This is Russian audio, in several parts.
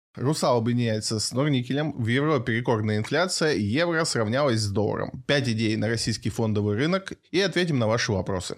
Русал объединяется с Норникелем, в Европе рекордная инфляция, евро сравнялась с долларом. 5 идей на российский фондовый рынок и ответим на ваши вопросы.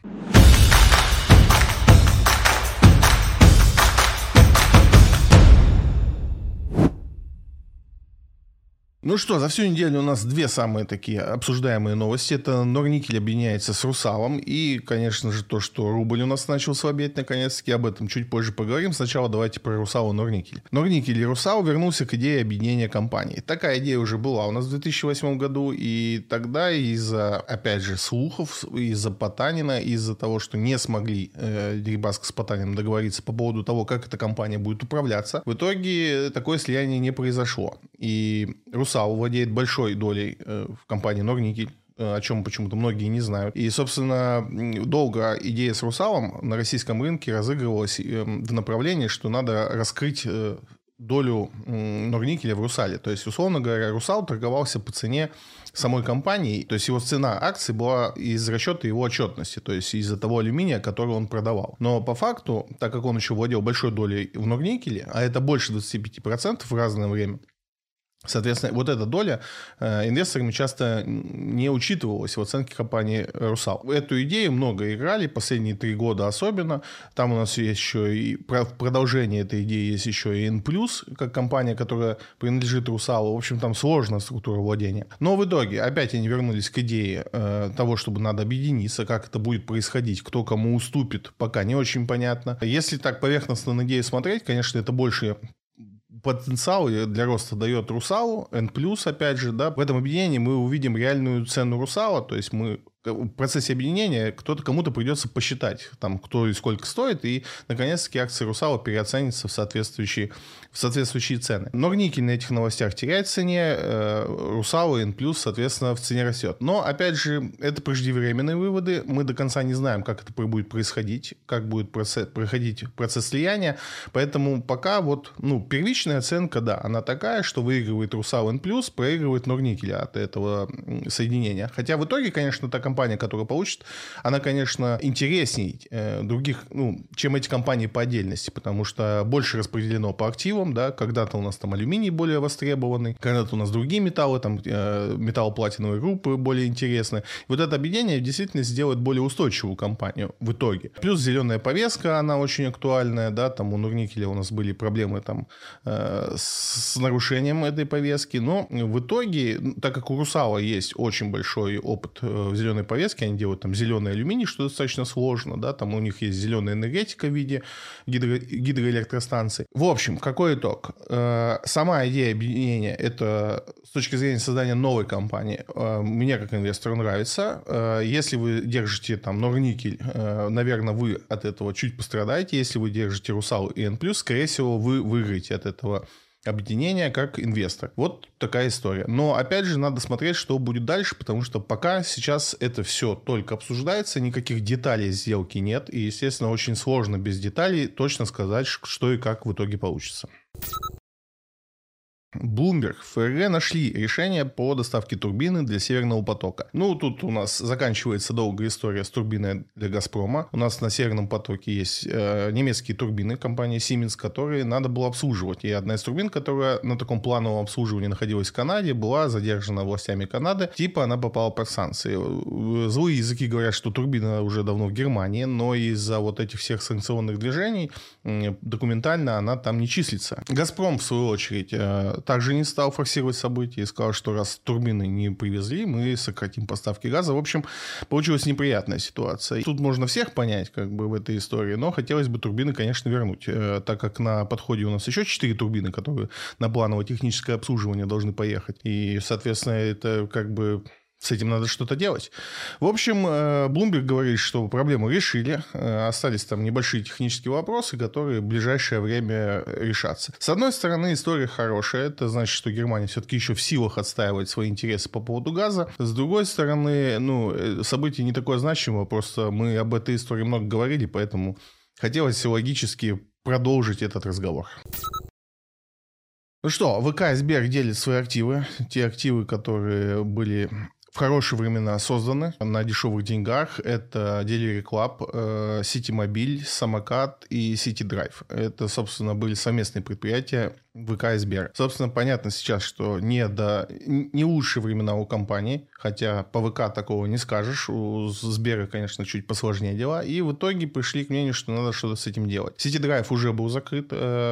Ну что, за всю неделю у нас две самые такие обсуждаемые новости. Это Норникель объединяется с Русалом. И, конечно же, то, что рубль у нас начал слабеть наконец-таки. Об этом чуть позже поговорим. Сначала давайте про Русал и Норникель. Норникель и Русал вернулся к идее объединения компаний. Такая идея уже была у нас в 2008 году. И тогда из-за, опять же, слухов, из-за Потанина, из-за того, что не смогли Дерибаско с Потаниным договориться по поводу того, как эта компания будет управляться, в итоге такое слияние не произошло. И Русал владеет большой долей в компании Норникель, о чем почему-то многие не знают. И, собственно, долго идея с Русалом на российском рынке разыгрывалась в направлении, что надо раскрыть долю Норникеля в Русале. То есть, условно говоря, Русал торговался по цене самой компании, то есть его цена акций была из расчета его отчетности, то есть из-за того алюминия, который он продавал. Но по факту, так как он еще владел большой долей в Норникеле, а это больше 25% в разное время, соответственно, вот эта доля инвесторами часто не учитывалась в оценке компании «Русал». Эту идею много играли, последние 3 года особенно. Там у нас есть еще и в продолжение этой идеи есть еще и N+, как компания, которая принадлежит «Русалу». В общем, там сложная структура владения. Но в итоге опять они вернулись к идее того, чтобы надо объединиться, как это будет происходить, кто кому уступит, пока не очень понятно. Если так поверхностно на идею смотреть, конечно, это больше потенциал для роста дает Русалу, N+, опять же, да. В этом объединении мы увидим реальную цену Русала, то есть мы в процессе объединения кому-то придется посчитать, там, кто и сколько стоит, и, наконец-таки, акции Русала переоценятся в соответствующие цены. Норникель на этих новостях теряет в цене, Русал и N+, соответственно, в цене растет. Но, опять же, это преждевременные выводы, мы до конца не знаем, как это будет происходить, как будет проходить процесс слияния, поэтому пока вот, первичная оценка, да, она такая, что выигрывает Русал N+, проигрывает Норникель от этого соединения. Хотя в итоге, конечно, та компания, которая получит, она, конечно, интересней других, чем эти компании по отдельности, потому что больше распределено по активам, да, когда-то у нас там алюминий более востребованный, когда-то у нас другие металлы, там металлоплатиновые группы более интересны. Вот это объединение действительно сделает более устойчивую компанию в итоге. Плюс зеленая повестка, она очень актуальная, да, там у Норникеля у нас были проблемы там с нарушением этой повестки, но в итоге, так как у Русала есть очень большой опыт в зеленой повестке, они делают там зеленый алюминий, что достаточно сложно, да, там у них есть зеленая энергетика в виде гидроэлектростанций. В общем, какой итог? Сама идея объединения, это с точки зрения создания новой компании, мне как инвестору нравится. Если вы держите там Норникель, наверное, вы от этого чуть пострадаете. Если вы держите Русал и N+, скорее всего, вы выиграете от этого объединения как инвестор. Вот такая история. Но, опять же, надо смотреть, что будет дальше, потому что пока сейчас это все только обсуждается, никаких деталей сделки нет, и, естественно, очень сложно без деталей точно сказать, что и как в итоге получится. Bloomberg, ФРГ нашли решение по доставке турбины для Северного потока. Тут у нас заканчивается долгая история с турбиной для Газпрома. У нас на Северном потоке есть немецкие турбины компании Siemens, которые надо было обслуживать. И одна из турбин, которая на таком плановом обслуживании находилась в Канаде, была задержана властями Канады. Типа она попала под санкции. Злые языки говорят, что турбина уже давно в Германии, но из-за вот этих всех санкционных движений документально она там не числится. Газпром, в свою очередь, также не стал форсировать события и сказал, что раз турбины не привезли, мы сократим поставки газа. В общем, получилась неприятная ситуация. Тут можно всех понять в этой истории, но хотелось бы турбины, конечно, вернуть, так как на подходе у нас еще 4 турбины, которые на плановое техническое обслуживание должны поехать. И, соответственно, это с этим надо что-то делать. В общем, Bloomberg говорит, что проблему решили. Остались там небольшие технические вопросы, которые в ближайшее время решатся. С одной стороны, история хорошая. Это значит, что Германия все-таки еще в силах отстаивать свои интересы по поводу газа. С другой стороны, событие не такое значимое. Просто мы об этой истории много говорили, поэтому хотелось логически продолжить этот разговор. Ну что, ВК и Сбер делят свои активы. Те активы, которые были в хорошие времена созданы на дешевых деньгах. Это Delivery Club, Ситимобиль, Самокат и Ситидрайв. Это, собственно, были совместные предприятия ВК и Сбер. Собственно, понятно сейчас, что не лучшие времена у компании, хотя по ВК такого не скажешь. У Сбера, конечно, чуть посложнее дела. И в итоге пришли к мнению, что надо что-то с этим делать. Ситидрайв уже был закрыт,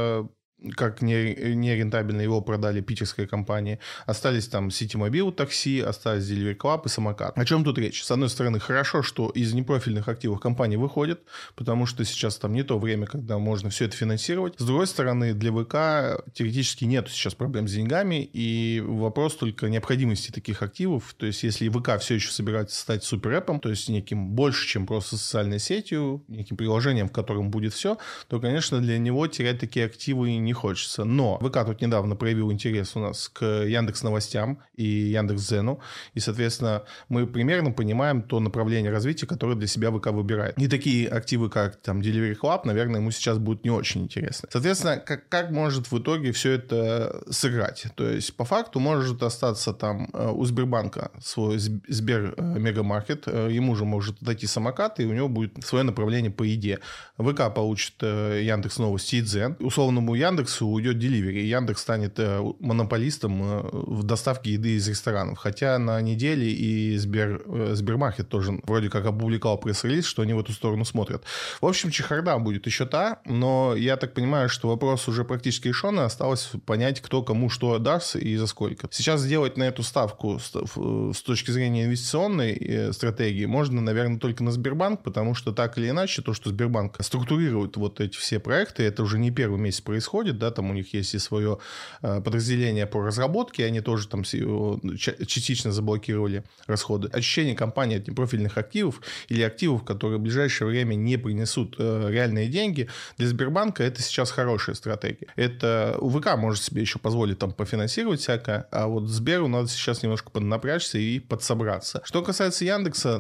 как нерентабельно его продали питерская компания. Остались там Ситимобил, такси, остались Delivery Club и Самокат. О чем тут речь? С одной стороны, хорошо, что из непрофильных активов компании выходят, потому что сейчас там не то время, когда можно все это финансировать. С другой стороны, для ВК теоретически нет сейчас проблем с деньгами, и вопрос только необходимости таких активов. То есть, если ВК все еще собирается стать суперэпом, то есть неким больше, чем просто социальной сетью, неким приложением, в котором будет все, то, конечно, для него терять такие активы не хочется. Но ВК тут недавно проявил интерес у нас к Яндекс.Новостям и Яндекс.Дзену, и, соответственно, мы примерно понимаем то направление развития, которое для себя ВК выбирает. И такие активы, как там Delivery Club, наверное, ему сейчас будут не очень интересны. Соответственно, как может в итоге все это сыграть? То есть, по факту, может остаться там у Сбербанка свой Сбер Мегамаркет, ему же может отойти Самокат, и у него будет свое направление по еде. ВК получит Яндекс.Новости и Дзен. Условному Яндексу уйдет Delivery, и Яндекс станет монополистом в доставке еды из ресторанов. Хотя на неделе и Сбермаркет тоже вроде как опубликовал пресс-релиз, что они в эту сторону смотрят. В общем, чехарда будет еще та, но я так понимаю, что вопрос уже практически решенный, осталось понять, кто кому что даст и за сколько. Сейчас сделать на эту ставку с точки зрения инвестиционной стратегии можно, наверное, только на Сбербанк, потому что так или иначе то, что Сбербанк структурирует вот эти все проекты, это уже не первый месяц происходит, да, там у них есть и свое подразделение по разработке, они тоже там частично заблокировали расходы. Очищение компании от непрофильных активов или активов, которые в ближайшее время не принесут реальные деньги, для Сбербанка это сейчас хорошая стратегия. Это ВК может себе еще позволить там пофинансировать всякое, а вот Сберу надо сейчас немножко поднапрячься и подсобраться. Что касается Яндекса,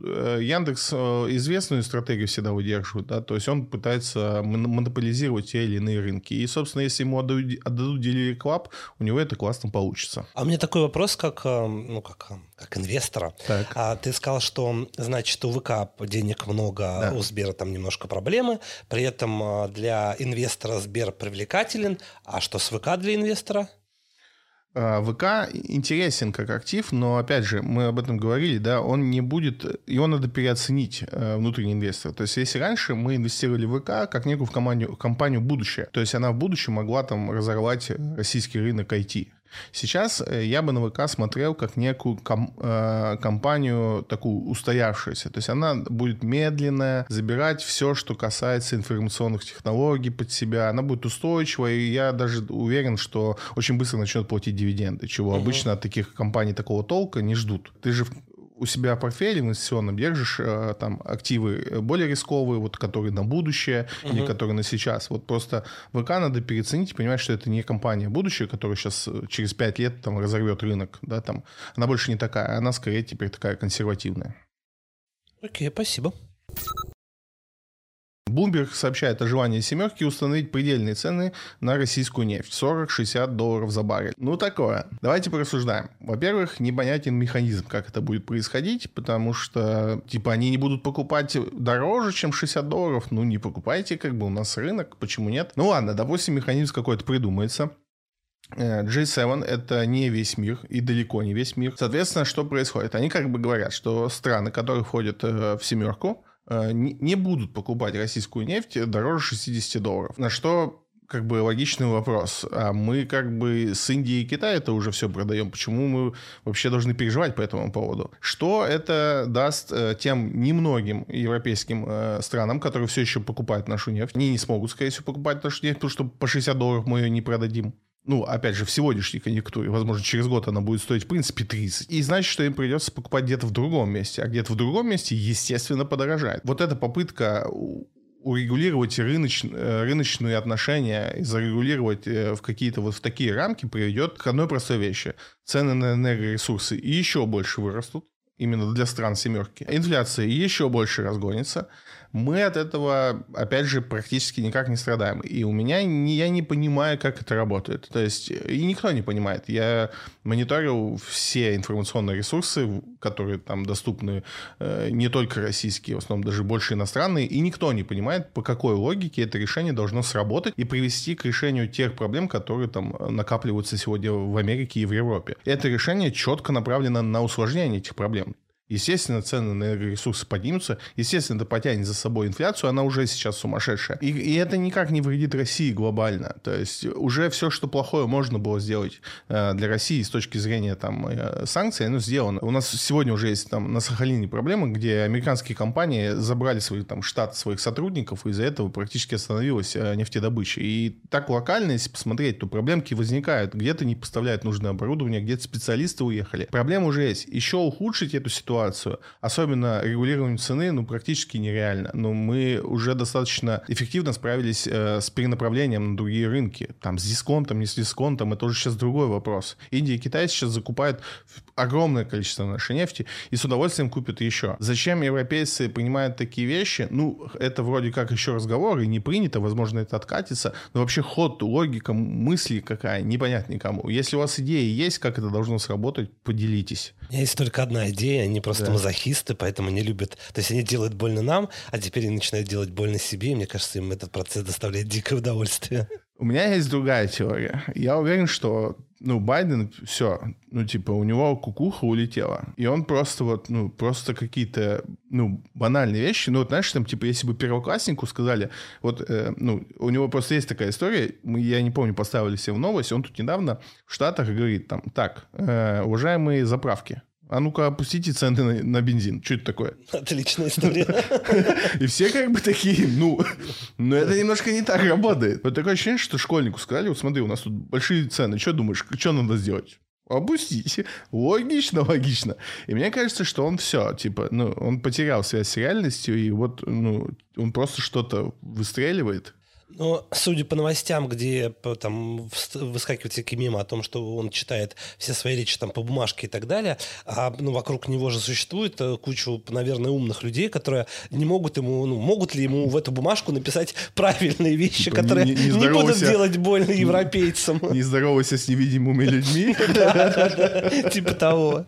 Яндекс известную стратегию всегда выдерживает, да, то есть он пытается монополизировать те или иные рынки. И, собственно, если ему отдадут Delivery Club, у него это классно получится. А у меня такой вопрос, как инвестора. Так. Ты сказал, что, значит, у ВК денег много, да. У Сбера там немножко проблемы, при этом для инвестора Сбер привлекателен. А что с ВК для инвестора? ВК интересен как актив, но, опять же, мы об этом говорили, да, он не будет, его надо переоценить, внутренний инвестор. То есть, если раньше мы инвестировали в ВК как некую компанию будущее, то есть, она в будущем могла там разорвать российский рынок IT. Сейчас я бы на ВК смотрел как некую компанию такую устоявшуюся. То есть она будет медленная, забирать все, что касается информационных технологий под себя. Она будет устойчивая, и я даже уверен, что очень быстро начнет платить дивиденды, чего обычно от таких компаний такого толка не ждут. Ты же у себя в портфеле инвестиционном держишь там активы более рисковые, вот которые на будущее или которые на сейчас. Вот просто ВК надо переоценить и понимать, что это не компания будущее, которая сейчас через 5 лет там разорвет рынок, да, там. Она больше не такая, она скорее теперь такая консервативная. Окей, спасибо. Bloomberg сообщает о желании «семерки» установить предельные цены на российскую нефть. $40-60 за баррель. Ну, такое. Давайте порассуждаем. Во-первых, непонятен механизм, как это будет происходить, потому что, типа, они не будут покупать дороже, чем $60. Ну, не покупайте, как бы, у нас рынок, почему нет? Ну, ладно, допустим, механизм какой-то придумается. G7 — это не весь мир и далеко не весь мир. Соответственно, что происходит? Они как бы говорят, что страны, которые входят в семерку, не будут покупать российскую нефть дороже $60. На что как бы логичный вопрос. А мы как бы с Индией и Китаем это уже все продаем. Почему мы вообще должны переживать по этому поводу? Что это даст тем немногим европейским странам, которые все еще покупают нашу нефть? Они не смогут, скорее всего, покупать нашу нефть, потому что по $60 мы ее не продадим. Ну, опять же, в сегодняшней конъюнктуре, возможно, через год она будет стоить, в принципе, 30. И значит, что им придется покупать где-то в другом месте. А где-то в другом месте, естественно, подорожает. Вот эта попытка урегулировать рыночные отношения и зарегулировать в какие-то вот в такие рамки приведет к одной простой вещи. Цены на энергоресурсы еще больше вырастут. Именно для стран семерки. Инфляция еще больше разгонится. Мы от этого, опять же, практически никак не страдаем. И я не понимаю, как это работает. То есть, и никто не понимает. Я мониторил все информационные ресурсы, которые там доступны не только российские, в основном даже больше иностранные, и никто не понимает, по какой логике это решение должно сработать и привести к решению тех проблем, которые там накапливаются сегодня в Америке и в Европе. Это решение четко направлено на усложнение этих проблем. Естественно, цены на энергоресурсы поднимутся. Естественно, это потянет за собой инфляцию. Она уже сейчас сумасшедшая. И это никак не вредит России глобально. То есть уже все, что плохое можно было сделать для России с точки зрения там, санкций, оно сделано. У нас сегодня уже есть там, на Сахалине проблемы, где американские компании забрали свой там, штат своих сотрудников, и из-за этого практически остановилась нефтедобыча. И так локально, если посмотреть, то проблемки возникают. Где-то не поставляют нужное оборудование, где-то специалисты уехали. Проблема уже есть. Еще ухудшить эту ситуацию, особенно регулирование цены, практически нереально. Но мы уже достаточно эффективно справились с перенаправлением на другие рынки. Там с дисконтом, не с дисконтом, это уже сейчас другой вопрос. Индия и Китай сейчас закупают огромное количество нашей нефти и с удовольствием купят еще. Зачем европейцы принимают такие вещи? Это вроде как еще разговор, и не принято, возможно, это откатится. Но вообще ход, логика, мысли какая, непонятно никому. Если у вас идеи есть, как это должно сработать, поделитесь. У меня есть только одна идея, они просто мазохисты, поэтому не любят. То есть они делают больно нам, а теперь они начинают делать больно себе, и мне кажется, им этот процесс доставляет дикое удовольствие. У меня есть другая теория. Я уверен, что Байден, все, у него кукуха улетела. И он просто просто какие-то, банальные вещи. Знаешь, если бы первокласснику сказали, у него просто есть такая история, я не помню, поставили все в новость, он тут недавно в Штатах говорит, уважаемые заправки, а ну-ка, опустите цены на бензин. Что это такое? Отличная история. И все такие, это немножко не так работает. Вот такое ощущение, что школьнику сказали, вот смотри, у нас тут большие цены, что думаешь, что надо сделать? Опустите. Логично. И мне кажется, что он все, он потерял связь с реальностью, и он просто что-то выстреливает. Но судя по новостям, где там выскакивают всякие мемы о том, что он читает все свои речи там по бумажке и так далее, а вокруг него же существует кучу, наверное, умных людей, которые не могут ему, могут ли ему в эту бумажку написать правильные вещи, которые не будут делать больно европейцам. Не здоровайся с невидимыми людьми. Типа того.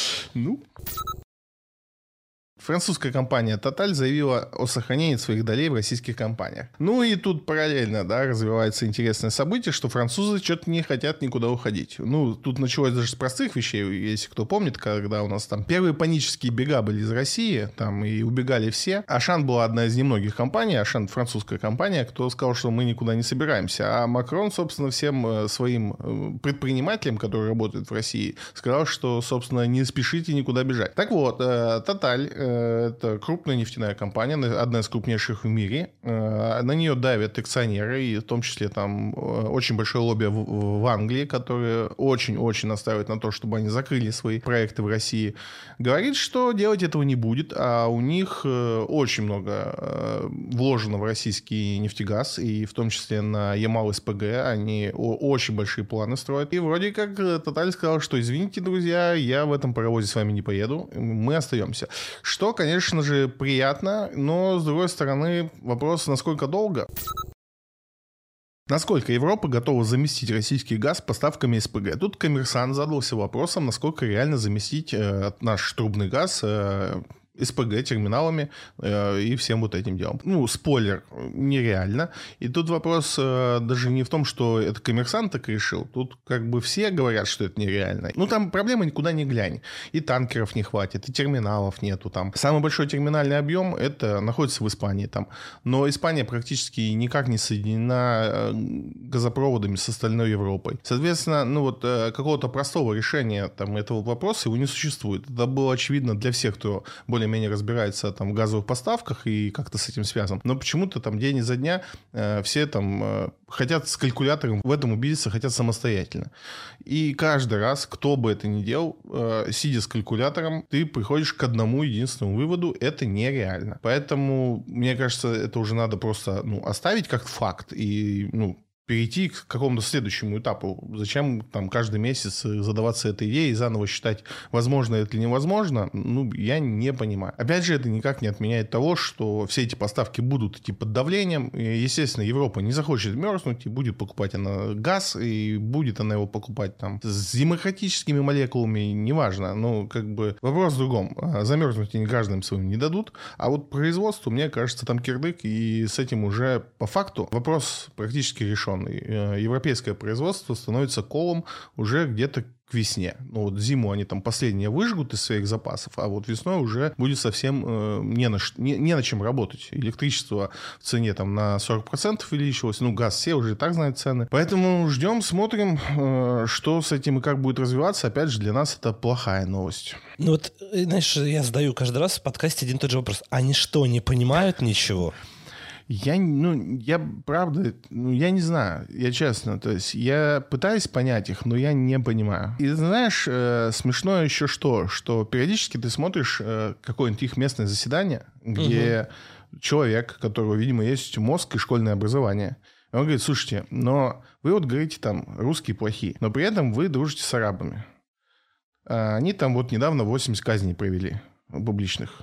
Французская компания Total заявила о сохранении своих долей в российских компаниях. И тут параллельно, развивается интересное событие, что французы что-то не хотят никуда уходить. Тут началось даже с простых вещей, если кто помнит, когда у нас там первые панические бега были из России, там и убегали все. Ашан была одна из немногих компаний, Ашан французская компания, кто сказал, что мы никуда не собираемся. А Макрон, собственно, всем своим предпринимателям, которые работают в России, сказал, что, собственно, не спешите никуда бежать. Так вот, Total... Это крупная нефтяная компания, одна из крупнейших в мире. На нее давят акционеры, и в том числе там очень большое лобби в Англии, которое очень-очень настаивает на то, чтобы они закрыли свои проекты в России. Говорит, что делать этого не будет, а у них очень много вложено в российский нефтегаз, и в том числе на Ямал-СПГ. Они очень большие планы строят. И вроде как Total сказал, что извините, друзья, я в этом паровозе с вами не поеду, мы остаемся. Что, конечно же, приятно, но, с другой стороны, вопрос, насколько долго? Насколько Европа готова заместить российский газ поставками СПГ? Тут Коммерсант задался вопросом, насколько реально заместить наш трубный газ СПГ терминалами и всем вот этим делом. Спойлер, нереально. И тут вопрос даже не в том, что это Коммерсант так решил. Тут все говорят, что это нереально. Там проблема никуда не глянь. И танкеров не хватит, и терминалов нету там. Самый большой терминальный объем это находится в Испании там. Но Испания практически никак не соединена газопроводами с остальной Европой. Соответственно, какого-то простого решения этого вопроса его не существует. Это было очевидно для всех, кто более-менее разбирается в газовых поставках и как-то с этим связан. Но почему-то день изо дня все хотят с калькулятором в этом убедиться, хотят самостоятельно. И каждый раз, кто бы это ни делал, сидя с калькулятором, ты приходишь к одному единственному выводу: это нереально. Поэтому, мне кажется, это уже надо просто оставить как факт и перейти к какому-то следующему этапу. Зачем там каждый месяц задаваться этой идеей и заново считать, возможно это или невозможно, я не понимаю. Опять же, это никак не отменяет того, что все эти поставки будут идти под давлением. И, естественно, Европа не захочет мерзнуть и будет покупать она газ, и будет она его покупать там с демократическими молекулами, неважно. Вопрос в другом. Замерзнуть они гражданам своим не дадут, а вот производству, мне кажется, там кирдык, и с этим уже по факту вопрос практически решен. Европейское производство становится колом уже где-то к весне. Зиму они там последние выжгут из своих запасов, а вот весной уже будет совсем не на чем работать. Электричество в цене там на 40% увеличилось, газ все уже и так знают цены. Поэтому ждем, смотрим, что с этим и как будет развиваться. Опять же, для нас это плохая новость. Знаешь, я задаю каждый раз в подкасте один и тот же вопрос. Они что, не понимают ничего? Я правда, я не знаю, я честно, то есть я пытаюсь понять их, но я не понимаю. И знаешь, смешно еще что периодически ты смотришь какое-нибудь их местное заседание, где человек, у которого, видимо, есть мозг и школьное образование, он говорит: слушайте, но вы говорите там русские плохие, но при этом вы дружите с арабами. Они там недавно 80 казней провели публичных.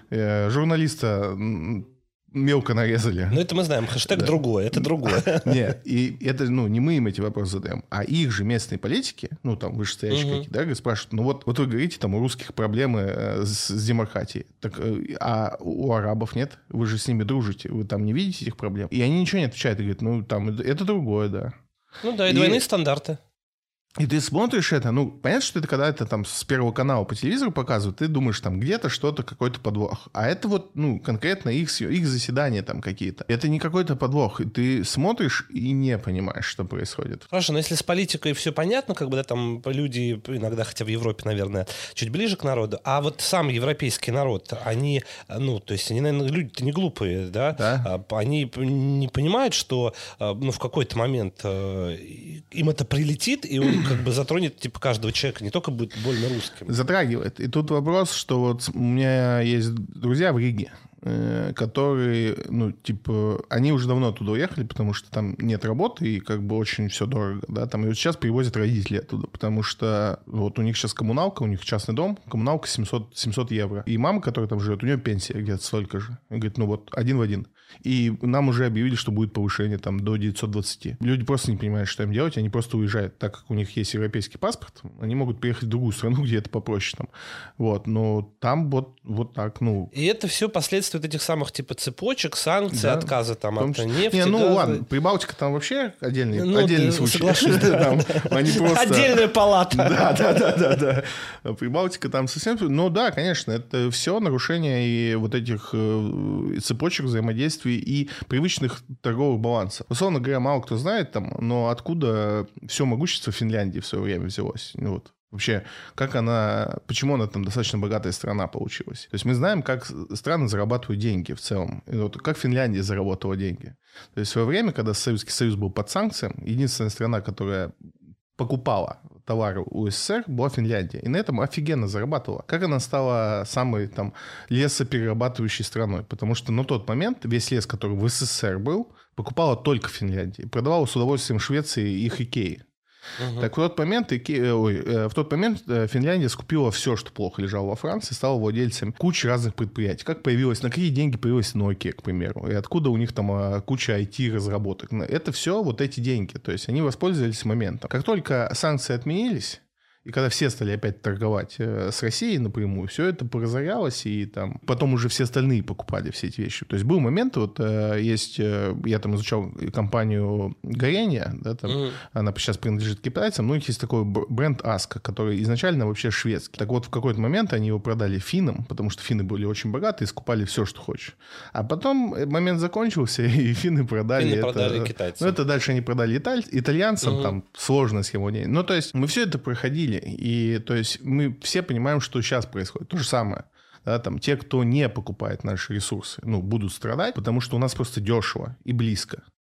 Журналиста мелко нарезали. Это мы знаем. Хэштег другое. Это другое. Нет, и это, не мы им эти вопросы задаем, а их же местные политики, там вышестоящие какие-то, спрашивают, вот вы говорите, там у русских проблемы с демократией, так, а у арабов нет? Вы же с ними дружите, вы там не видите этих проблем? И они ничего не отвечают, и говорят, там это другое, да. И двойные стандарты. И ты смотришь это, понятно, что это когда это там с Первого канала по телевизору показывают, ты думаешь, там где-то что-то, какой-то подвох. А это конкретно их заседания там какие-то. Это не какой-то подвох. И ты смотришь и не понимаешь, что происходит. Хорошо, но если с политикой все понятно, там люди иногда, хотя в Европе, наверное, чуть ближе к народу, а вот сам европейский народ, они, то есть они, наверное, люди-то не глупые, да? Да. Они не понимают, что, в какой-то момент им это прилетит, и он затронет каждого человека, не только будет больно русским. Затрагивает. И тут вопрос, что у меня есть друзья в Риге, которые, они уже давно оттуда уехали, потому что там нет работы и очень все дорого, да, там и сейчас привозят родители оттуда, потому что у них сейчас коммуналка, у них частный дом, коммуналка 700 евро. И мама, которая там живет, у нее пенсия где-то столько же. И говорит, один в один. И нам уже объявили, что будет повышение там до 920. Люди просто не понимают, что им делать, они просто уезжают. Так как у них есть европейский паспорт, они могут приехать в другую страну, где это попроще там. Но там вот так, И это все последствия этих самых цепочек, санкций, да, отказа там от нефти, газа. Ладно, Прибалтика там вообще отдельный случай. Соглашусь. Отдельная палата. Да. Прибалтика там совсем... Да, конечно, это все нарушение и вот этих цепочек взаимодействия и привычных торговых балансов. Условно говоря, мало кто знает но откуда все могущество Финляндии в свое время взялось. Вообще, почему она там достаточно богатая страна получилась. То есть мы знаем, как страны зарабатывают деньги в целом. Как Финляндия заработала деньги. То есть во время, когда Советский Союз был под санкциями, единственная страна, которая покупала товары у СССР, была Финляндия. И на этом офигенно зарабатывала. Как она стала самой лесоперерабатывающей страной? Потому что на тот момент весь лес, который в СССР был, покупала только Финляндия. Продавала с удовольствием Швеции и их Икеи. Так в тот момент Финляндия скупила все, что плохо лежало во Франции, стала владельцем кучи разных предприятий. На какие деньги появилась Nokia, к примеру, и откуда у них там куча IT-разработок. Это все эти деньги, то есть они воспользовались моментом. Как только санкции отменились, и когда все стали опять торговать с Россией напрямую, все это поразорялось, и там потом уже все остальные покупали все эти вещи. То есть был момент, я там изучал компанию горения, да, она сейчас принадлежит китайцам, у них есть такой бренд Аска, который изначально вообще шведский. Так в какой-то момент они его продали финнам, потому что финны были очень богаты и скупали все, что хочешь. А потом момент закончился, и финны продали китайцам. Это дальше они продали итальянцам, там сложная схема. То есть мы все это проходили. И то есть мы все понимаем, что сейчас происходит. То же самое. Да, те, кто не покупает наши ресурсы, будут страдать, потому что у нас просто дешево и близко.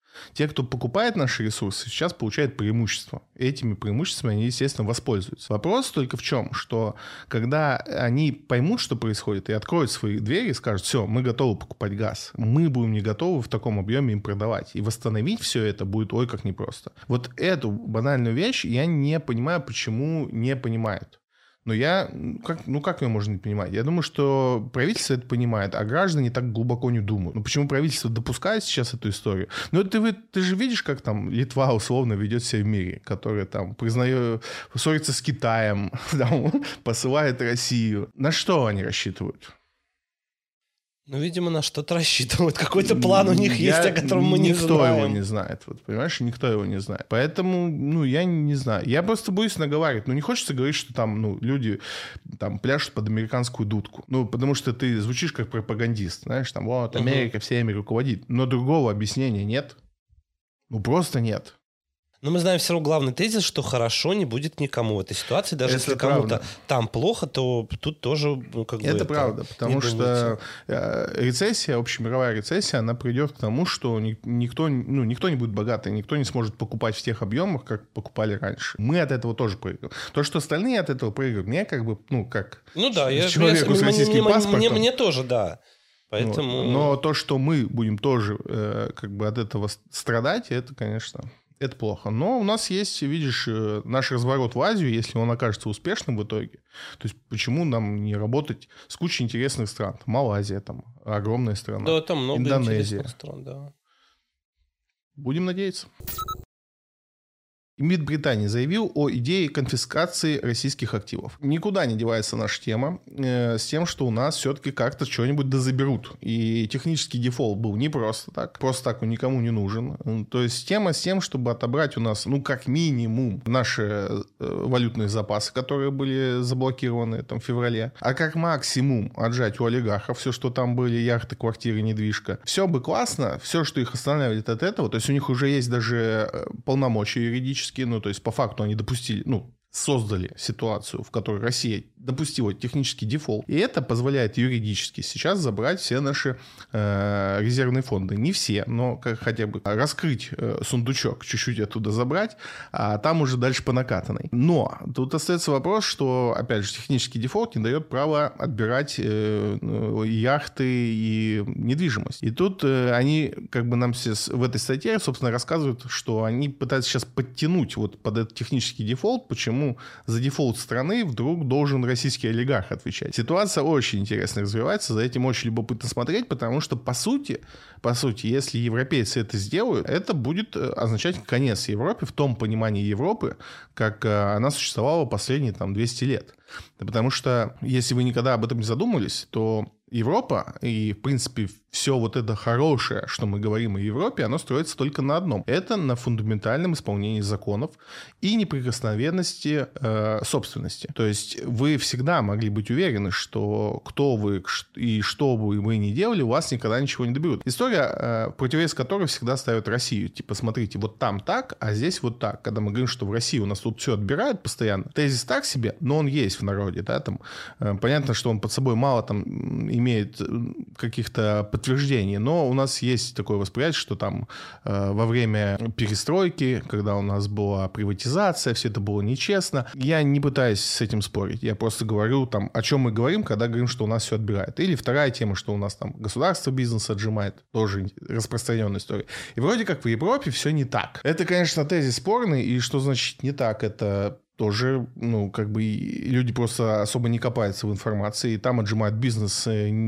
Те, кто покупает наши ресурсы, сейчас получают преимущество. Этими преимуществами они, естественно, воспользуются. Вопрос только в чем, что когда они поймут, что происходит, и откроют свои двери и скажут: все, мы готовы покупать газ, мы будем не готовы в таком объеме им продавать. И восстановить все это будет ой как непросто. Вот эту банальную вещь я не понимаю, почему не понимают. Но как ее можно не понимать? Я думаю, что правительство это понимает, а граждане так глубоко не думают. Ну, почему правительство допускает сейчас эту историю? Ну, ты же видишь, как там Литва условно ведет себя в мире, которая там ссорится с Китаем, там, посылает Россию. На что они рассчитывают? Ну, видимо, на что-то рассчитывают. Какой-то план у них есть, о котором мы не знаем. Никто его не знает. Вот, понимаешь, никто его не знает. Поэтому, я не знаю. Я просто боюсь наговаривать. Не хочется говорить, что там, люди там пляшут под американскую дудку. Потому что ты звучишь как пропагандист. Знаешь, там, вот, Америка всеми руководит. Но другого объяснения нет. Просто нет. Но мы знаем все равно главный тезис, что хорошо не будет никому в этой ситуации. Даже если кому-то там плохо, то тут тоже Это правда, потому что рецессия, общемировая рецессия, она придет к тому, что никто не будет богатый, никто не сможет покупать в тех объемах, как покупали раньше. Мы от этого тоже проиграем. То, что остальные от этого проигрывают, мне человеку с российским паспортом. Мне тоже, да. Поэтому... Но то, что мы будем тоже от этого страдать, это, конечно... Это плохо. Но у нас есть, видишь, наш разворот в Азию, если он окажется успешным в итоге. То есть почему нам не работать с кучей интересных стран? Малайзия там, огромная страна. Да, там много Индонезия. интересных стран, да. Будем надеяться. МИД Британии заявил о идее конфискации российских активов. Никуда не девается наша тема с тем, что у нас все-таки как-то что-нибудь дозаберут. И технический дефолт был не просто так. Просто так он никому не нужен. То есть тема с тем, чтобы отобрать у нас, как минимум, наши валютные запасы, которые были заблокированы в феврале. А как максимум отжать у олигархов все, что там были, яхты, квартиры, недвижка. Все бы классно, все, что их останавливает от этого. То есть у них уже есть даже полномочия юридические. То есть, по факту они создали ситуацию, в которой Россия допустила технический дефолт. И это позволяет юридически сейчас забрать все наши резервные фонды. Не все, но хотя бы раскрыть сундучок, чуть-чуть оттуда забрать, а там уже дальше по накатанной. Но тут остается вопрос, что, опять же, технический дефолт не дает права отбирать яхты и недвижимость. И тут они нам все в этой статье, собственно, рассказывают, что они пытаются сейчас подтянуть под этот технический дефолт, почему за дефолт страны вдруг должен российский олигарх отвечать. Ситуация очень интересно развивается, за этим очень любопытно смотреть, потому что, по сути, если европейцы это сделают, это будет означать конец Европе в том понимании Европы, как она существовала последние 200 лет. Потому что, если вы никогда об этом не задумывались, то Европа и, в принципе, все это хорошее, что мы говорим о Европе, оно строится только на одном. Это на фундаментальном исполнении законов и неприкосновенности собственности. То есть вы всегда могли быть уверены, что кто вы и что бы вы ни делали, у вас никогда ничего не доберут. История, противовес которой всегда ставит Россию. Смотрите, вот там так, а здесь вот так. Когда мы говорим, что в России у нас тут все отбирают постоянно, тезис так себе, но он есть в народе. Да? Понятно, что он под собой мало имеет каких-то подтверждений, но у нас есть такое восприятие, что во время перестройки, когда у нас была приватизация, все это было нечестно. Я не пытаюсь с этим спорить. Я просто говорю, о чем мы говорим, когда говорим, что у нас все отбирают. Или вторая тема, что у нас государство бизнес отжимает. Тоже распространенная история. И вроде как в Европе все не так. Это, конечно, тезис спорный. И что значит не так? Это тоже, люди просто особо не копаются в информации, и там отжимают бизнес,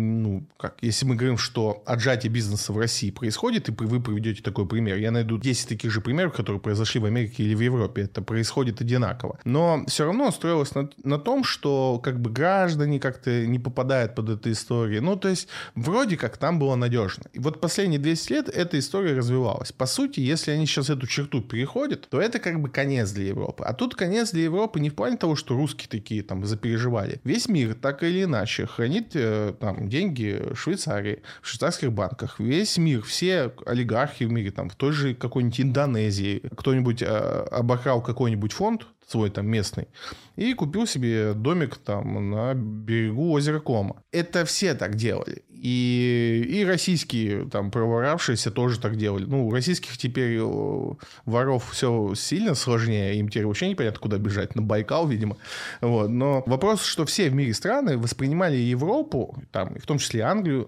если мы говорим, что отжатие бизнеса в России происходит, и вы приведете такой пример, я найду 10 таких же примеров, которые произошли в Америке или в Европе, это происходит одинаково. Но все равно строилось на том, что граждане как-то не попадают под эту историю. То есть, вроде как там было надежно. И вот последние 200 лет эта история развивалась. По сути, если они сейчас эту черту переходят, то это конец для Европы. А тут конец для Европы не в плане того, что русские такие запереживали. Весь мир так или иначе хранит деньги в Швейцарии, в швейцарских банках. Весь мир, все олигархи в мире, в той же какой-нибудь Индонезии, кто-нибудь обокрал какой-нибудь фонд свой местный и купил себе домик на берегу озера Кома. Это все так делали. И российские там проворавшиеся тоже так делали. Ну, у российских теперь воров все сильно сложнее, им теперь вообще непонятно, куда бежать, на Байкал, видимо. Вот. Но вопрос, что все в мире страны воспринимали Европу, там, в том числе Англию,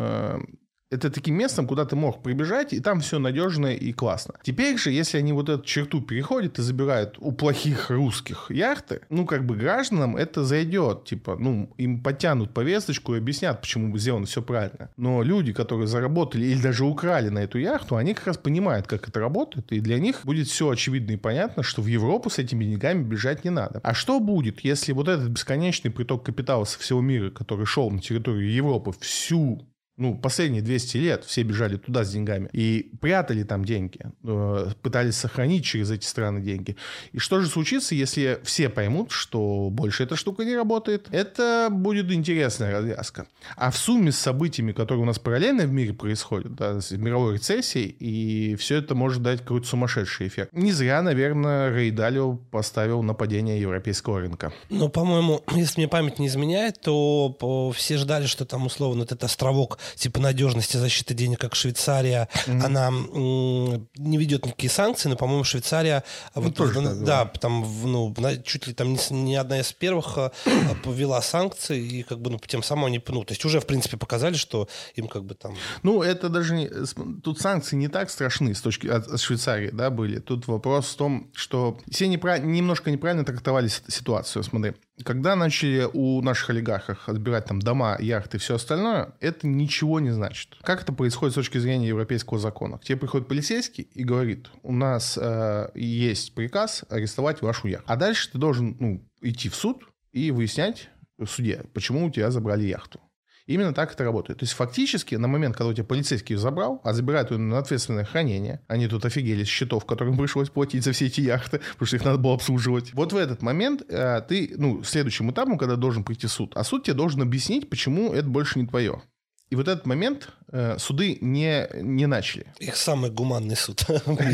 это таким местом, куда ты мог прибежать, и там все надежно и классно. Теперь же, если они вот эту черту переходят и забирают у плохих русских яхты, ну, как бы гражданам это зайдет. Типа, ну, им подтянут повесточку и объяснят, почему сделано все правильно. Но люди, которые заработали или даже украли на эту яхту, они как раз понимают, как это работает, и для них будет все очевидно и понятно, что в Европу с этими деньгами бежать не надо. А что будет, если вот этот бесконечный приток капитала со всего мира, который шел на территорию Европы последние 200 лет все бежали туда с деньгами и прятали там деньги, пытались сохранить через эти страны деньги. И что же случится, если все поймут, что больше эта штука не работает? Это будет интересная развязка. А в сумме с событиями, которые у нас параллельно в мире происходят, да, с мировой рецессией, и все это может дать какой-то сумасшедший эффект. Не зря, наверное, Рэй Далио поставил на падение европейского рынка. Ну, по-моему, если мне память не изменяет, то все ждали, что там условно вот этот островок типа надежности защиты денег, как Швейцария, она не ведет никакие санкции, но, по-моему, Швейцария там, чуть ли там не одна из первых ввела санкции, и как бы тем самым они, то есть уже, в принципе, показали, что им как бы там... Ну, это даже не... Тут санкции не так страшны с точки от Швейцарии, да, были. Тут вопрос в том, что все немножко неправильно трактовали ситуацию. Смотри, когда начали у наших олигархов отбирать там дома, яхты и все остальное, это ничего не значит. Как это происходит с точки зрения европейского закона? К тебе приходит полицейский и говорит, у нас есть приказ арестовать вашу яхту. А дальше ты должен идти в суд и выяснять в суде, почему у тебя забрали яхту. Именно так это работает. То есть фактически на момент, когда у тебя полицейский забрал, а забирают ее на ответственное хранение, они тут офигели с счетов, которым пришлось платить за все эти яхты, потому что их надо было обслуживать. Вот в этот момент ты, следующим этапом, когда должен прийти суд, а суд тебе должен объяснить, почему это больше не твое. И вот этот момент суды не начали. Их самый гуманный суд.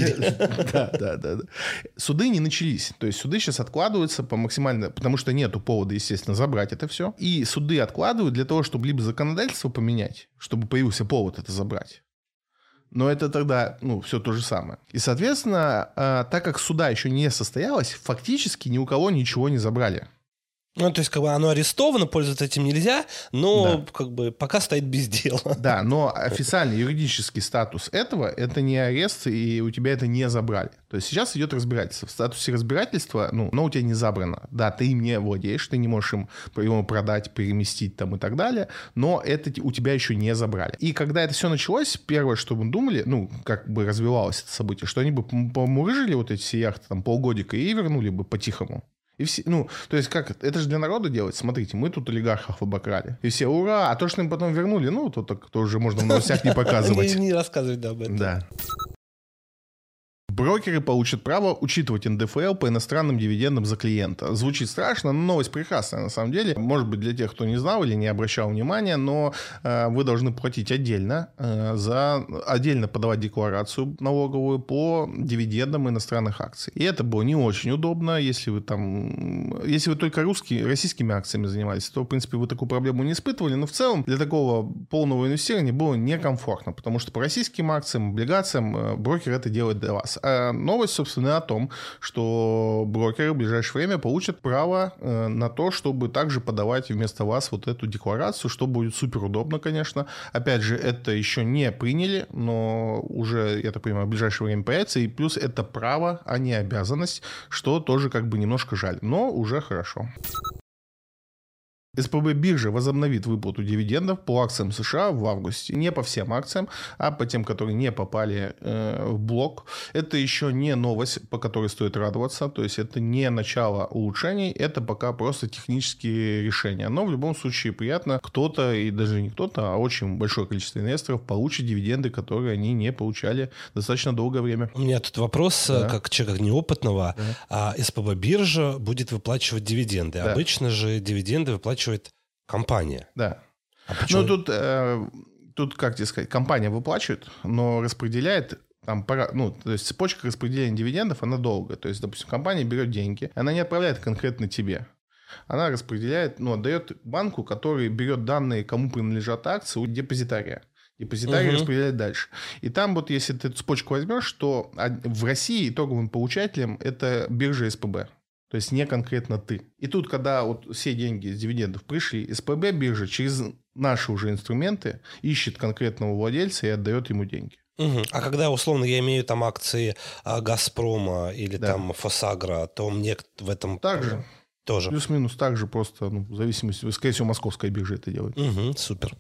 Да. Суды не начались. То есть суды сейчас откладываются максимально, потому что нету повода, естественно, забрать это все. И суды откладывают для того, чтобы либо законодательство поменять, чтобы появился повод это забрать. Но это тогда, все то же самое. И, соответственно, так как суда еще не состоялось, фактически ни у кого ничего не забрали. Ну, то есть, как бы оно арестовано, пользоваться этим нельзя, но как бы пока стоит без дела. Да, но официальный юридический статус этого – это не арест, и у тебя это не забрали. То есть сейчас идет разбирательство. В статусе разбирательства, но у тебя не забрано. Да, ты им не владеешь, ты не можешь его продать, переместить там и так далее, но это у тебя еще не забрали. И когда это все началось, первое, что мы думали, как бы развивалось это событие, что они бы помурыжили вот эти все яхты там полгодика и вернули бы по-тихому. И все, то есть как, это же для народа делать. Смотрите, мы тут олигархов обокрали. И все, ура! А то, что им потом вернули, то уже можно в новостях не показывать. Не рассказывать об этом. Да. Брокеры получат право учитывать НДФЛ по иностранным дивидендам за клиента. Звучит страшно, но новость прекрасная на самом деле. Может быть, для тех, кто не знал или не обращал внимания, но вы должны платить отдельно, отдельно подавать декларацию налоговую по дивидендам иностранных акций. И это было не очень удобно, если вы только российскими акциями занимались, то, в принципе, вы такую проблему не испытывали, но в целом для такого полного инвестирования было некомфортно, потому что по российским акциям, облигациям брокер это делает для вас. Новость, собственно, о том, что брокеры в ближайшее время получат право на то, чтобы также подавать вместо вас вот эту декларацию, что будет супер удобно, конечно. Опять же, это еще не приняли, но уже, я так понимаю, в ближайшее время появится. И плюс это право, а не обязанность, что тоже как бы немножко жаль, но уже хорошо. СПБ биржа возобновит выплату дивидендов по акциям США в августе. Не по всем акциям, а по тем, которые не попали в блок. Это еще не новость, по которой стоит радоваться. То есть это не начало улучшений, это пока просто технические решения. Но в любом случае приятно, кто-то, и даже не кто-то, а очень большое количество инвесторов получит дивиденды, которые они не получали достаточно долгое время. У меня тут вопрос, как человека неопытного. Да. СПБ биржа будет выплачивать дивиденды. Да. Обычно же дивиденды выплачивает компания. Да. Тут, как тебе сказать, компания выплачивает, но распределяет там, то есть цепочка распределения дивидендов, она долгая. То есть, допустим, компания берет деньги, она не отправляет конкретно тебе. она распределяет, отдает банку, который берет данные, кому принадлежат акции, у депозитария. Депозитарий распределяет дальше. И там вот, если ты эту цепочку возьмешь, то в России итоговым получателем это биржа СПБ. То есть не конкретно ты. И тут, когда вот все деньги с дивидендов пришли, СПБ биржа через наши уже инструменты ищет конкретного владельца и отдает ему деньги. А когда, условно, я имею там акции «Газпрома» или там «Фосагро», то мне в этом... Также. Тоже. Плюс-минус также, просто в зависимости... Скорее всего, московская биржа это делает. Супер.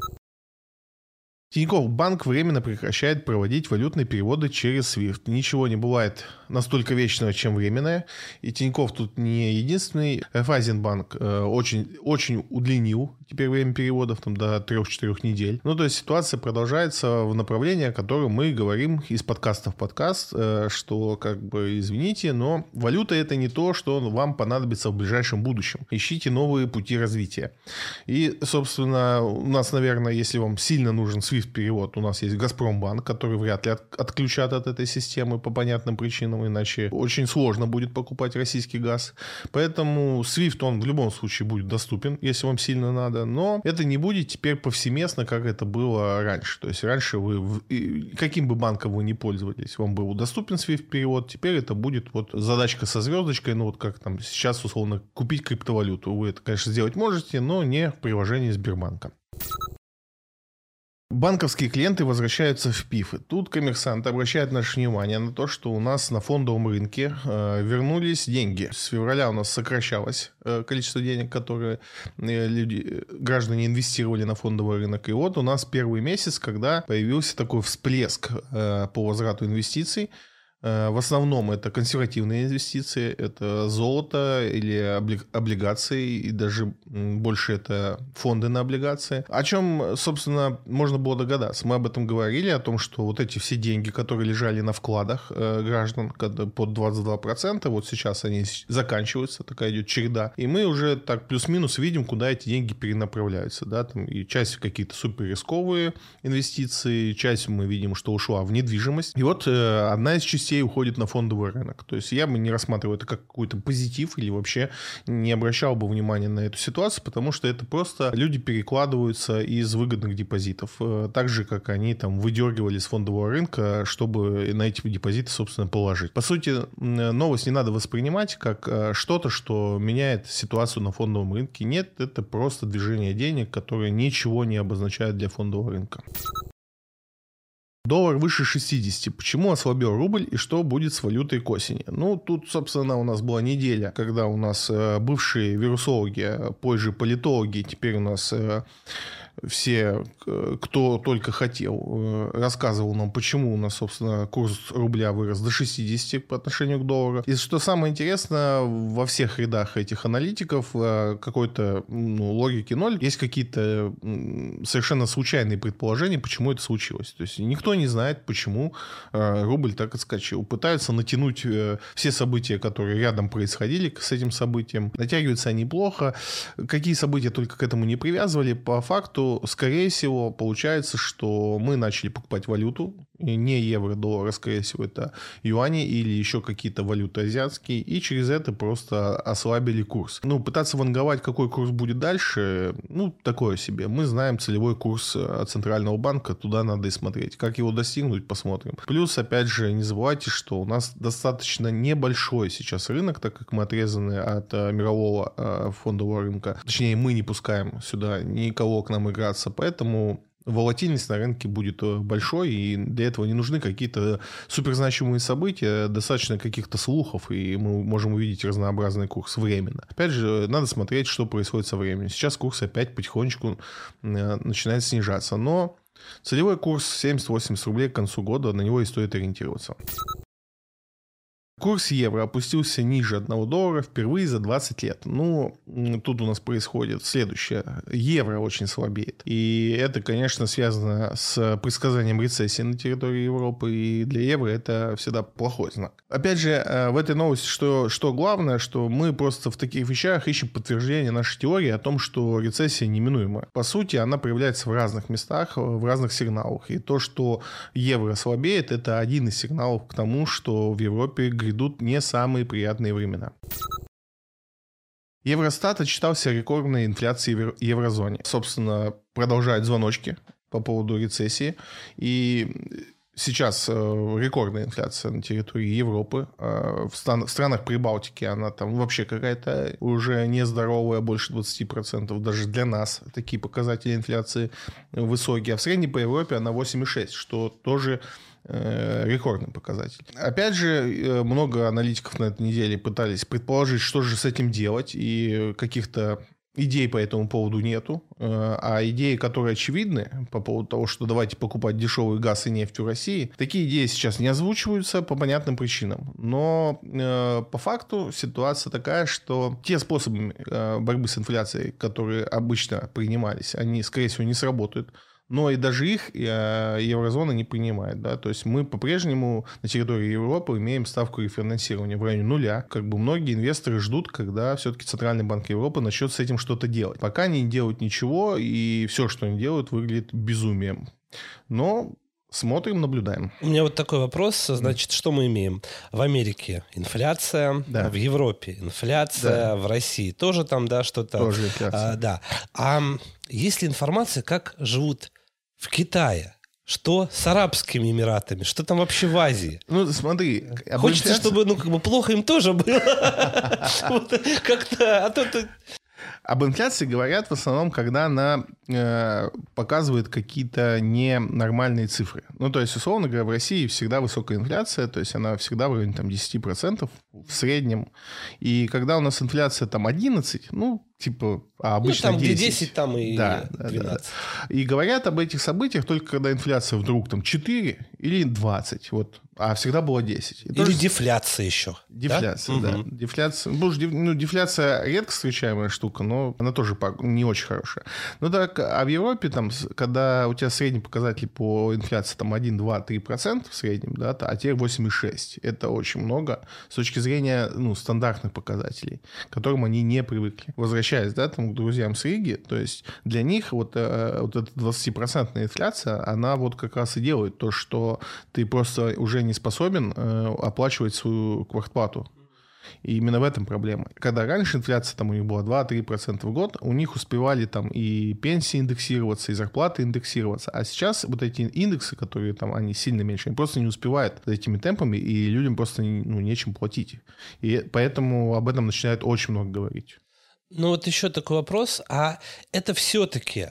Тинькофф Банк временно прекращает проводить валютные переводы через SWIFT. Ничего не бывает настолько вечного, чем временное. И Тинькофф тут не единственный. Райффайзенбанк очень удлинил теперь время переводов до 3-4 недель. То есть ситуация продолжается в направлении, о котором мы говорим из подкаста в подкаст, что, извините, но валюта это не то, что вам понадобится в ближайшем будущем. Ищите новые пути развития. И, собственно, у нас, наверное, если вам сильно нужен SWIFT-перевод, у нас есть Газпромбанк, который вряд ли отключат от этой системы по понятным причинам, иначе очень сложно будет покупать российский газ. Поэтому SWIFT, он в любом случае будет доступен, если вам сильно надо. Но это не будет теперь повсеместно, как это было раньше. То есть раньше вы, каким бы банком вы ни пользовались, вам был доступен SWIFT-перевод, теперь это будет задачка со звездочкой, как там сейчас условно купить криптовалюту. Вы это, конечно, сделать можете, но не в приложении Сбербанка. Банковские клиенты возвращаются в ПИФы. Тут коммерсант обращает наше внимание на то, что у нас на фондовом рынке вернулись деньги. С февраля у нас сокращалось количество денег, которые граждане инвестировали на фондовый рынок. И вот у нас первый месяц, когда появился такой всплеск по возврату инвестиций. В основном это консервативные инвестиции, это золото или облигации, и даже больше это фонды на облигации. О чем, собственно, можно было догадаться. Мы об этом говорили, о том, что вот эти все деньги, которые лежали на вкладах граждан под 22%, вот сейчас они заканчиваются, такая идет череда. И мы уже так плюс-минус видим, куда эти деньги перенаправляются. Да? Там и часть какие-то суперрисковые инвестиции, часть мы видим, что ушла в недвижимость. И вот одна из частей уходит на фондовый рынок. То есть я бы не рассматривал это как какой-то позитив или вообще не обращал бы внимания на эту ситуацию, потому что это просто люди перекладываются из выгодных депозитов. Так же, как они там выдергивали с фондового рынка, чтобы на эти депозиты, собственно, положить. По сути, новость не надо воспринимать как что-то, что меняет ситуацию на фондовом рынке. Нет, это просто движение денег, которое ничего не обозначает для фондового рынка. Доллар выше 60. Почему ослабел рубль и что будет с валютой к осени? Тут, собственно, у нас была неделя, когда у нас бывшие вирусологи, позже политологи, теперь у нас все, кто только хотел, рассказывал нам, почему у нас, собственно, курс рубля вырос до 60 по отношению к доллару. И что самое интересное, во всех рядах этих аналитиков какой-то логики ноль. Есть какие-то совершенно случайные предположения, почему это случилось. То есть никто не знает, почему рубль так отскочил. Пытаются натянуть все события, которые рядом происходили с этим событием. Натягиваются они плохо. Какие события только к этому не привязывали, по факту, скорее всего, получается, что мы начали покупать валюту, не евро, доллар, скорее всего, это юани или еще какие-то валюты азиатские, и через это просто ослабили курс. Пытаться ванговать, какой курс будет дальше, такое себе. Мы знаем целевой курс Центрального банка, туда надо и смотреть. Как его достигнуть, посмотрим. Плюс, опять же, не забывайте, что у нас достаточно небольшой сейчас рынок, так как мы отрезаны от мирового фондового рынка. Точнее, мы не пускаем сюда никого к нам играться, поэтому волатильность на рынке будет большой, и для этого не нужны какие-то суперзначимые события, достаточно каких-то слухов, и мы можем увидеть разнообразный курс временно. Опять же, надо смотреть, что происходит со временем. Сейчас курс опять потихонечку начинает снижаться, но целевой курс 70-80 рублей к концу года, на него и стоит ориентироваться. Курс евро опустился ниже $1 впервые за 20 лет. Тут у нас происходит следующее. Евро очень слабеет. И это, конечно, связано с предсказанием рецессии на территории Европы. И для евро это всегда плохой знак. Опять же, в этой новости, что главное, что мы просто в таких вещах ищем подтверждение нашей теории о том, что рецессия неминуема. По сути, она проявляется в разных местах, в разных сигналах. И то, что евро слабеет, это один из сигналов к тому, что в Европе грядут не самые приятные времена. Евростат отчитался о рекордной инфляции в еврозоне. Собственно, продолжают звоночки по поводу рецессии. И сейчас рекордная инфляция на территории Европы. В странах Прибалтики она там вообще какая-то уже нездоровая, больше 20%. Даже для нас такие показатели инфляции высокие. А в средней по Европе она 8,6%, что тоже рекордный показатель. Опять же, много аналитиков на этой неделе пытались предположить, что же с этим делать, и каких-то идей по этому поводу нету. А идеи, которые очевидны по поводу того, что давайте покупать дешевый газ и нефть у России, такие идеи сейчас не озвучиваются по понятным причинам. Но по факту ситуация такая, что те способы борьбы с инфляцией, которые обычно принимались, они, скорее всего, не сработают. Но и даже их еврозона не принимает. Да? То есть мы по-прежнему на территории Европы имеем ставку рефинансирования в районе нуля. Как бы многие инвесторы ждут, когда все-таки Центральный банк Европы начнет с этим что-то делать. Пока они не делают ничего, и все, что они делают, выглядит безумием. Но смотрим, наблюдаем. У меня вот такой вопрос. Значит, что мы имеем? В Америке инфляция, да. В Европе инфляция, да. В России тоже там, да, что-то. Тоже инфляция. Да. А есть ли информация, как живут в Китае? Что с Арабскими Эмиратами? Что там вообще в Азии? Ну, смотри. Хочется, чтобы, плохо им тоже было. Как-то, а то ты... Об инфляции говорят в основном, когда она показывает какие-то ненормальные цифры. Ну, то есть, условно говоря, в России всегда высокая инфляция, то есть она всегда в районе там, 10% в среднем. И когда у нас инфляция там 11%, типа, обычно там 10. Где 10, там и 12. Да. И говорят об этих событиях только когда инфляция вдруг там 4 или 20, вот, а всегда было 10. Или дефляция еще. Дефляция, да. Угу. Дефляция. Дефляция редко встречаемая штука, но она тоже не очень хорошая. Ну так, а в Европе, там, когда у тебя средний показатель по инфляции там 1, 2, 3% в среднем, да, а теперь 8,6%. Это очень много с точки зрения стандартных показателей, к которым они не привыкли. Возвращаясь, да, там, к друзьям с Риги, то есть для них вот эта 20% инфляция, она вот как раз и делает то, что ты просто уже не способен оплачивать свою квартплату. И именно в этом проблема. Когда раньше инфляция там у них была 2-3% в год, у них успевали там и пенсии индексироваться, и зарплаты индексироваться. А сейчас вот эти индексы, которые там, они сильно меньше, они просто не успевают за этими темпами, и людям просто нечем платить. И поэтому об этом начинают очень много говорить. Ну вот еще такой вопрос. А это все-таки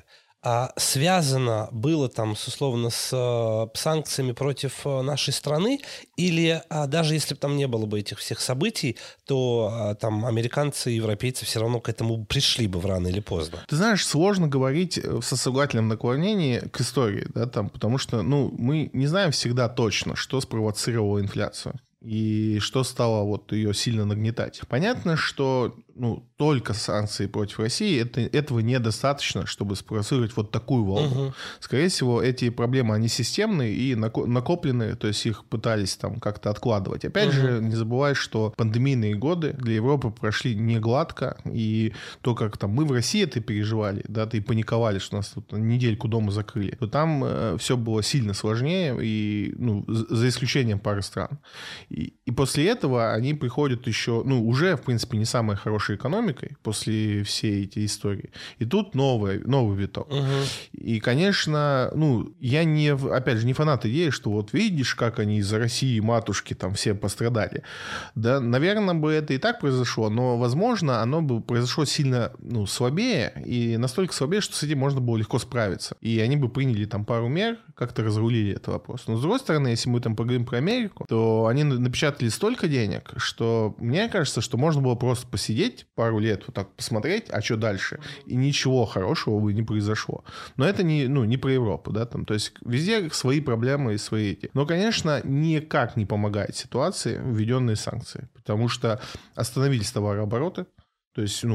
связано было там условно с санкциями против нашей страны, или даже если бы там не было бы этих всех событий, то там американцы и европейцы все равно к этому пришли бы рано или поздно? Ты знаешь, сложно говорить в сослагательном наклонении к истории, да, там, потому что мы не знаем всегда точно, что спровоцировало инфляцию и что стало вот ее сильно нагнетать. Понятно, что только санкции против России этого недостаточно, чтобы спровоцировать вот такую волну. Угу. Скорее всего, эти проблемы, они системные и накопленные, то есть их пытались там как-то откладывать. Опять же, не забывай, что пандемийные годы для Европы прошли не гладко, и то, как там мы в России это переживали, да, и паниковали, что нас тут недельку дома закрыли, то там все было сильно сложнее, и, за исключением пары стран. И после этого они приходят еще, уже, в принципе, не самой хорошей экономикой после всей этой истории. И тут новый виток. Угу. И, конечно, я опять же, не фанат идеи, что вот видишь, как они из-за России, матушки, там все пострадали. Да, наверное, бы это и так произошло, но, возможно, оно бы произошло сильно, слабее, и настолько слабее, что с этим можно было легко справиться. И они бы приняли там пару мер, как-то разрулили этот вопрос. Но, с другой стороны, если мы там поговорим про Америку, то они напечатали столько денег, что мне кажется, что можно было просто посидеть пару лет, вот так посмотреть, а что дальше, и ничего хорошего бы не произошло. Но это не про Европу, да, там, то есть везде свои проблемы и свои эти. Но, конечно, никак не помогает ситуации введенные санкции, потому что остановились товарообороты. То есть,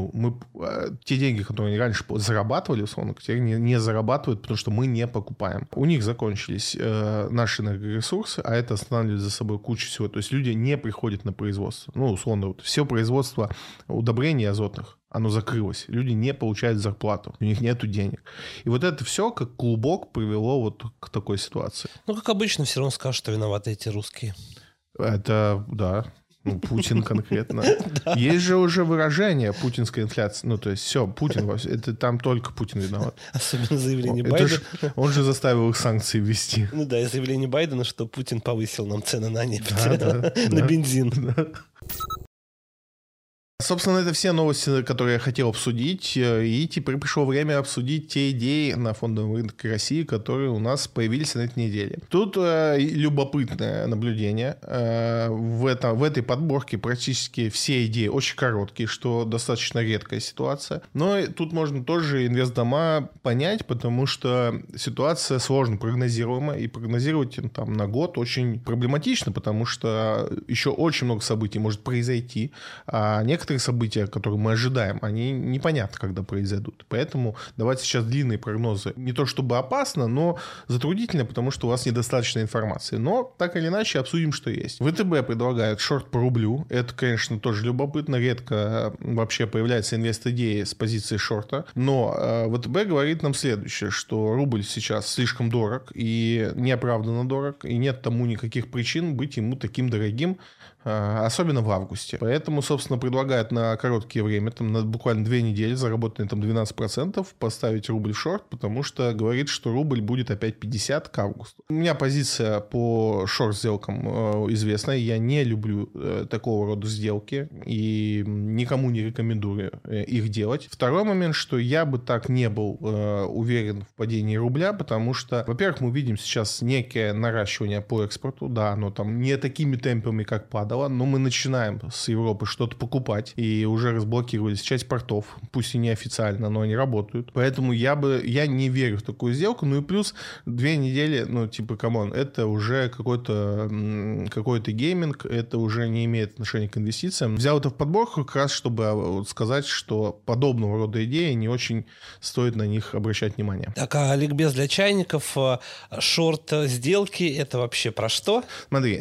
те деньги, которые они раньше зарабатывали, условно, теперь не зарабатывают, потому что мы не покупаем. У них закончились наши энергоресурсы, а это останавливает за собой кучу всего. То есть люди не приходят на производство. Условно, все производство удобрений азотных, оно закрылось. Люди не получают зарплату, у них нету денег. И вот это все как клубок привело вот к такой ситуации. Как обычно, все равно скажут, что виноваты эти русские. Это, да. Ну, Путин конкретно. Есть же уже выражение путинская инфляция. Ну, то есть все, Путин, это там только Путин виноват. Особенно заявление Байдена. Он же заставил их санкции ввести. Ну да, и заявление Байдена, что Путин повысил нам цены на нефть, на бензин. Собственно, это все новости, которые я хотел обсудить. И теперь пришло время обсудить те идеи на фондовом рынке России, которые у нас появились на этой неделе. Тут любопытное наблюдение. В этой подборке практически все идеи очень короткие, что достаточно редкая ситуация. Но тут можно тоже инвестдома понять, потому что ситуация сложно прогнозируема. И прогнозировать там на год очень проблематично, потому что еще очень много событий может произойти. А некоторые события, которые мы ожидаем, они непонятно, когда произойдут. Поэтому давать сейчас длинные прогнозы не то чтобы опасно, но затруднительно, потому что у вас недостаточно информации. Но так или иначе обсудим, что есть. ВТБ предлагает шорт по рублю. Это, конечно, тоже любопытно. Редко вообще появляются инвест-идеи с позиции шорта. Но ВТБ говорит нам следующее, что рубль сейчас слишком дорог и неоправданно дорог, и нет тому никаких причин быть ему таким дорогим, особенно в августе. Поэтому, собственно, предлагают на короткое время, там, на буквально 2 недели, заработанные там 12%, поставить рубль в шорт, потому что говорит, что рубль будет опять 50 к августу. У меня позиция по шорт-сделкам известна. Я не люблю такого рода сделки и никому не рекомендую их делать. Второй момент, что я бы так не был уверен в падении рубля, потому что, во-первых, мы видим сейчас некое наращивание по экспорту. Да, оно там не такими темпами, как падало, но мы начинаем с Европы что-то покупать, и уже разблокировались часть портов, пусть и неофициально, но они работают. Поэтому я не верю в такую сделку. Ну и плюс 2 недели, ну типа, камон, это уже какой-то гейминг, это уже не имеет отношения к инвестициям. Взял это в подборку как раз, чтобы сказать, что подобного рода идеи не очень стоит на них обращать внимание. Так, а ликбез для чайников, шорт сделки, это вообще про что? Смотри,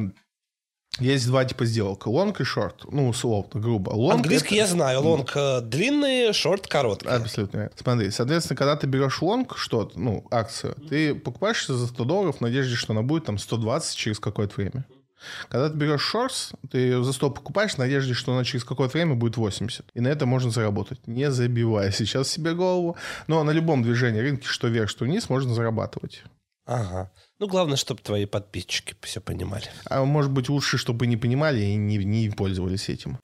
есть 2 типа сделок. Лонг и шорт. Ну, условно, грубо. Лонг английский я знаю. Лонг длинный, шорт короткий. Абсолютно верно. Смотри, соответственно, когда ты берешь лонг что-то, ну, акцию, ты покупаешь за $100 в надежде, что она будет там 120 через какое-то время. Когда ты берешь шортс, ты ее за 100 покупаешь в надежде, что она через какое-то время будет 80. И на это можно заработать, не забивая сейчас себе голову. Но на любом движении рынка, что вверх, что вниз, можно зарабатывать. Ага. Ну, главное, чтобы твои подписчики все понимали. А может быть, лучше, чтобы не понимали и не пользовались этим.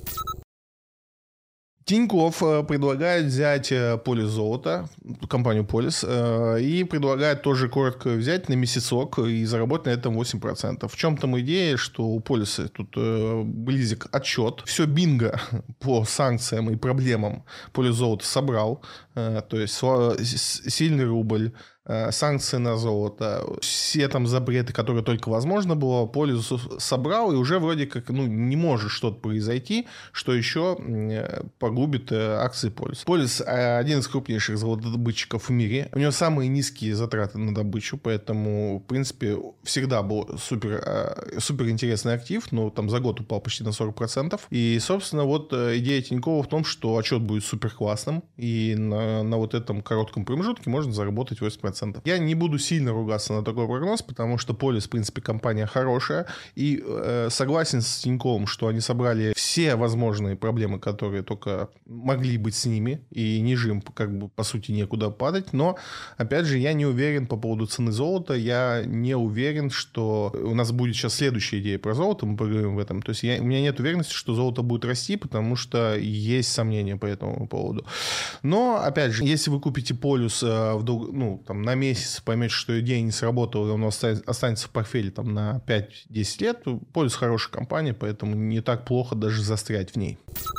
Тинькофф предлагает взять Полис золото, компанию Полис, и предлагает тоже коротко взять на месяцок и заработать на этом 8%. В чем там идея, что у Полиса тут близок отчет. Все бинго по санкциям и проблемам Полис золото собрал. То есть сильный рубль, санкции на золото, все там запреты, которые только возможно было, Полис собрал, и уже вроде как не может что-то произойти, что еще погубит акции Полис. Полис один из крупнейших золотодобытчиков в мире. У него самые низкие затраты на добычу, поэтому, в принципе, всегда был супер интересный актив, но там за год упал почти на 40%. И, собственно, вот идея Тинькова в том, что отчет будет супер классным, и на вот этом коротком промежутке можно заработать 8%. Я не буду сильно ругаться на такой прогноз, потому что Полис, в принципе, компания хорошая. И согласен с Тиньковым, что они собрали все возможные проблемы, которые только могли быть с ними. И ниже им, как бы, по сути, некуда падать. Но, опять же, я не уверен по поводу цены золота. Я не уверен, что у нас будет сейчас следующая идея про золото. Мы поговорим в этом. То есть у меня нет уверенности, что золото будет расти, потому что есть сомнения по этому поводу. Но, опять же, если вы купите Полис на месяц, поймете, что идея не сработала, и он останется в портфеле там, на 5-10 лет, Полис хорошая компания, поэтому не так плохо даже застрять в ней.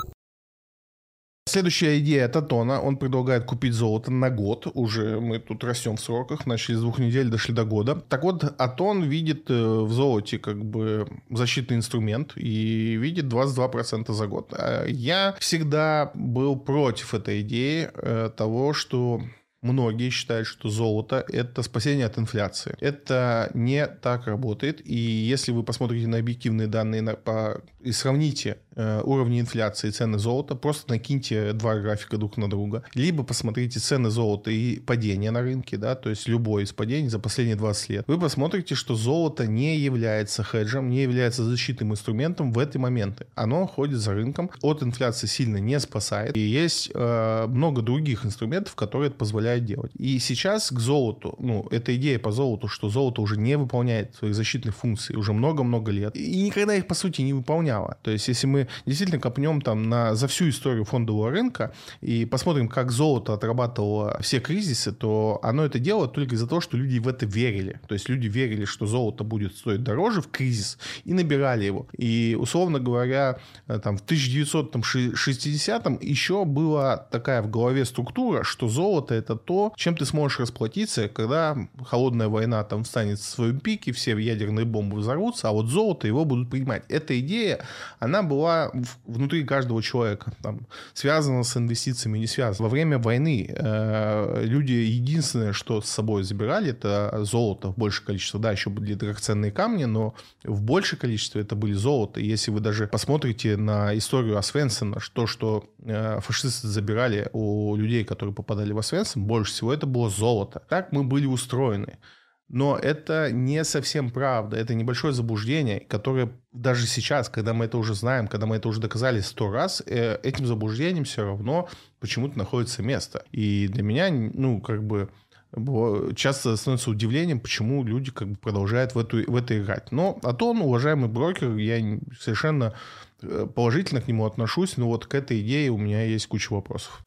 Следующая идея от Атона. Он предлагает купить золото на год. Уже мы тут растем в сроках. Начали с 2 недель, дошли до года. Так вот, Атон видит в золоте как бы защитный инструмент и видит 22% за год. Я всегда был против этой идеи того, что многие считают, что золото – это спасение от инфляции. Это не так работает. И если вы посмотрите на объективные данные и сравните уровни инфляции и цены золота, просто накиньте два графика друг на друга. Либо посмотрите цены золота и падения на рынке, да, то есть любое из падений за последние 20 лет. Вы посмотрите, что золото не является хеджем, не является защитным инструментом в эти моменты. Оно ходит за рынком, от инфляции сильно не спасает. И есть много других инструментов, которые это позволяют делать. И сейчас к золоту, эта идея по золоту, что золото уже не выполняет своих защитных функций уже много-много лет. И никогда их, по сути, не выполняло. То есть, если мы действительно копнем там за всю историю фондового рынка и посмотрим, как золото отрабатывало все кризисы, то оно это делало только из-за того, что люди в это верили. То есть, люди верили, что золото будет стоить дороже в кризис, и набирали его. И, условно говоря, там, в 1960-м еще была такая в голове структура, что золото — это то, чем ты сможешь расплатиться, когда холодная война там встанет в своем пике, все ядерные бомбы взорвутся, а вот золото его будут принимать. Эта идея, она была внутри каждого человека, там, связана с инвестициями, не связана. Во время войны люди единственное, что с собой забирали, это золото в большее количество. Да, еще были драгоценные камни, но в большее количество это были золото. И если вы даже посмотрите на историю Освенцима, что фашисты забирали у людей, которые попадали в Освенцим, больше всего это было золото. Так мы были устроены. Но это не совсем правда. Это небольшое заблуждение, которое даже сейчас, когда мы это уже знаем, когда мы это уже доказали 100 раз, этим заблуждением все равно почему-то находится место. И для меня, часто становится удивлением, почему люди продолжают в это играть. Но уважаемый брокер, я совершенно положительно к нему отношусь, но вот к этой идее у меня есть куча вопросов.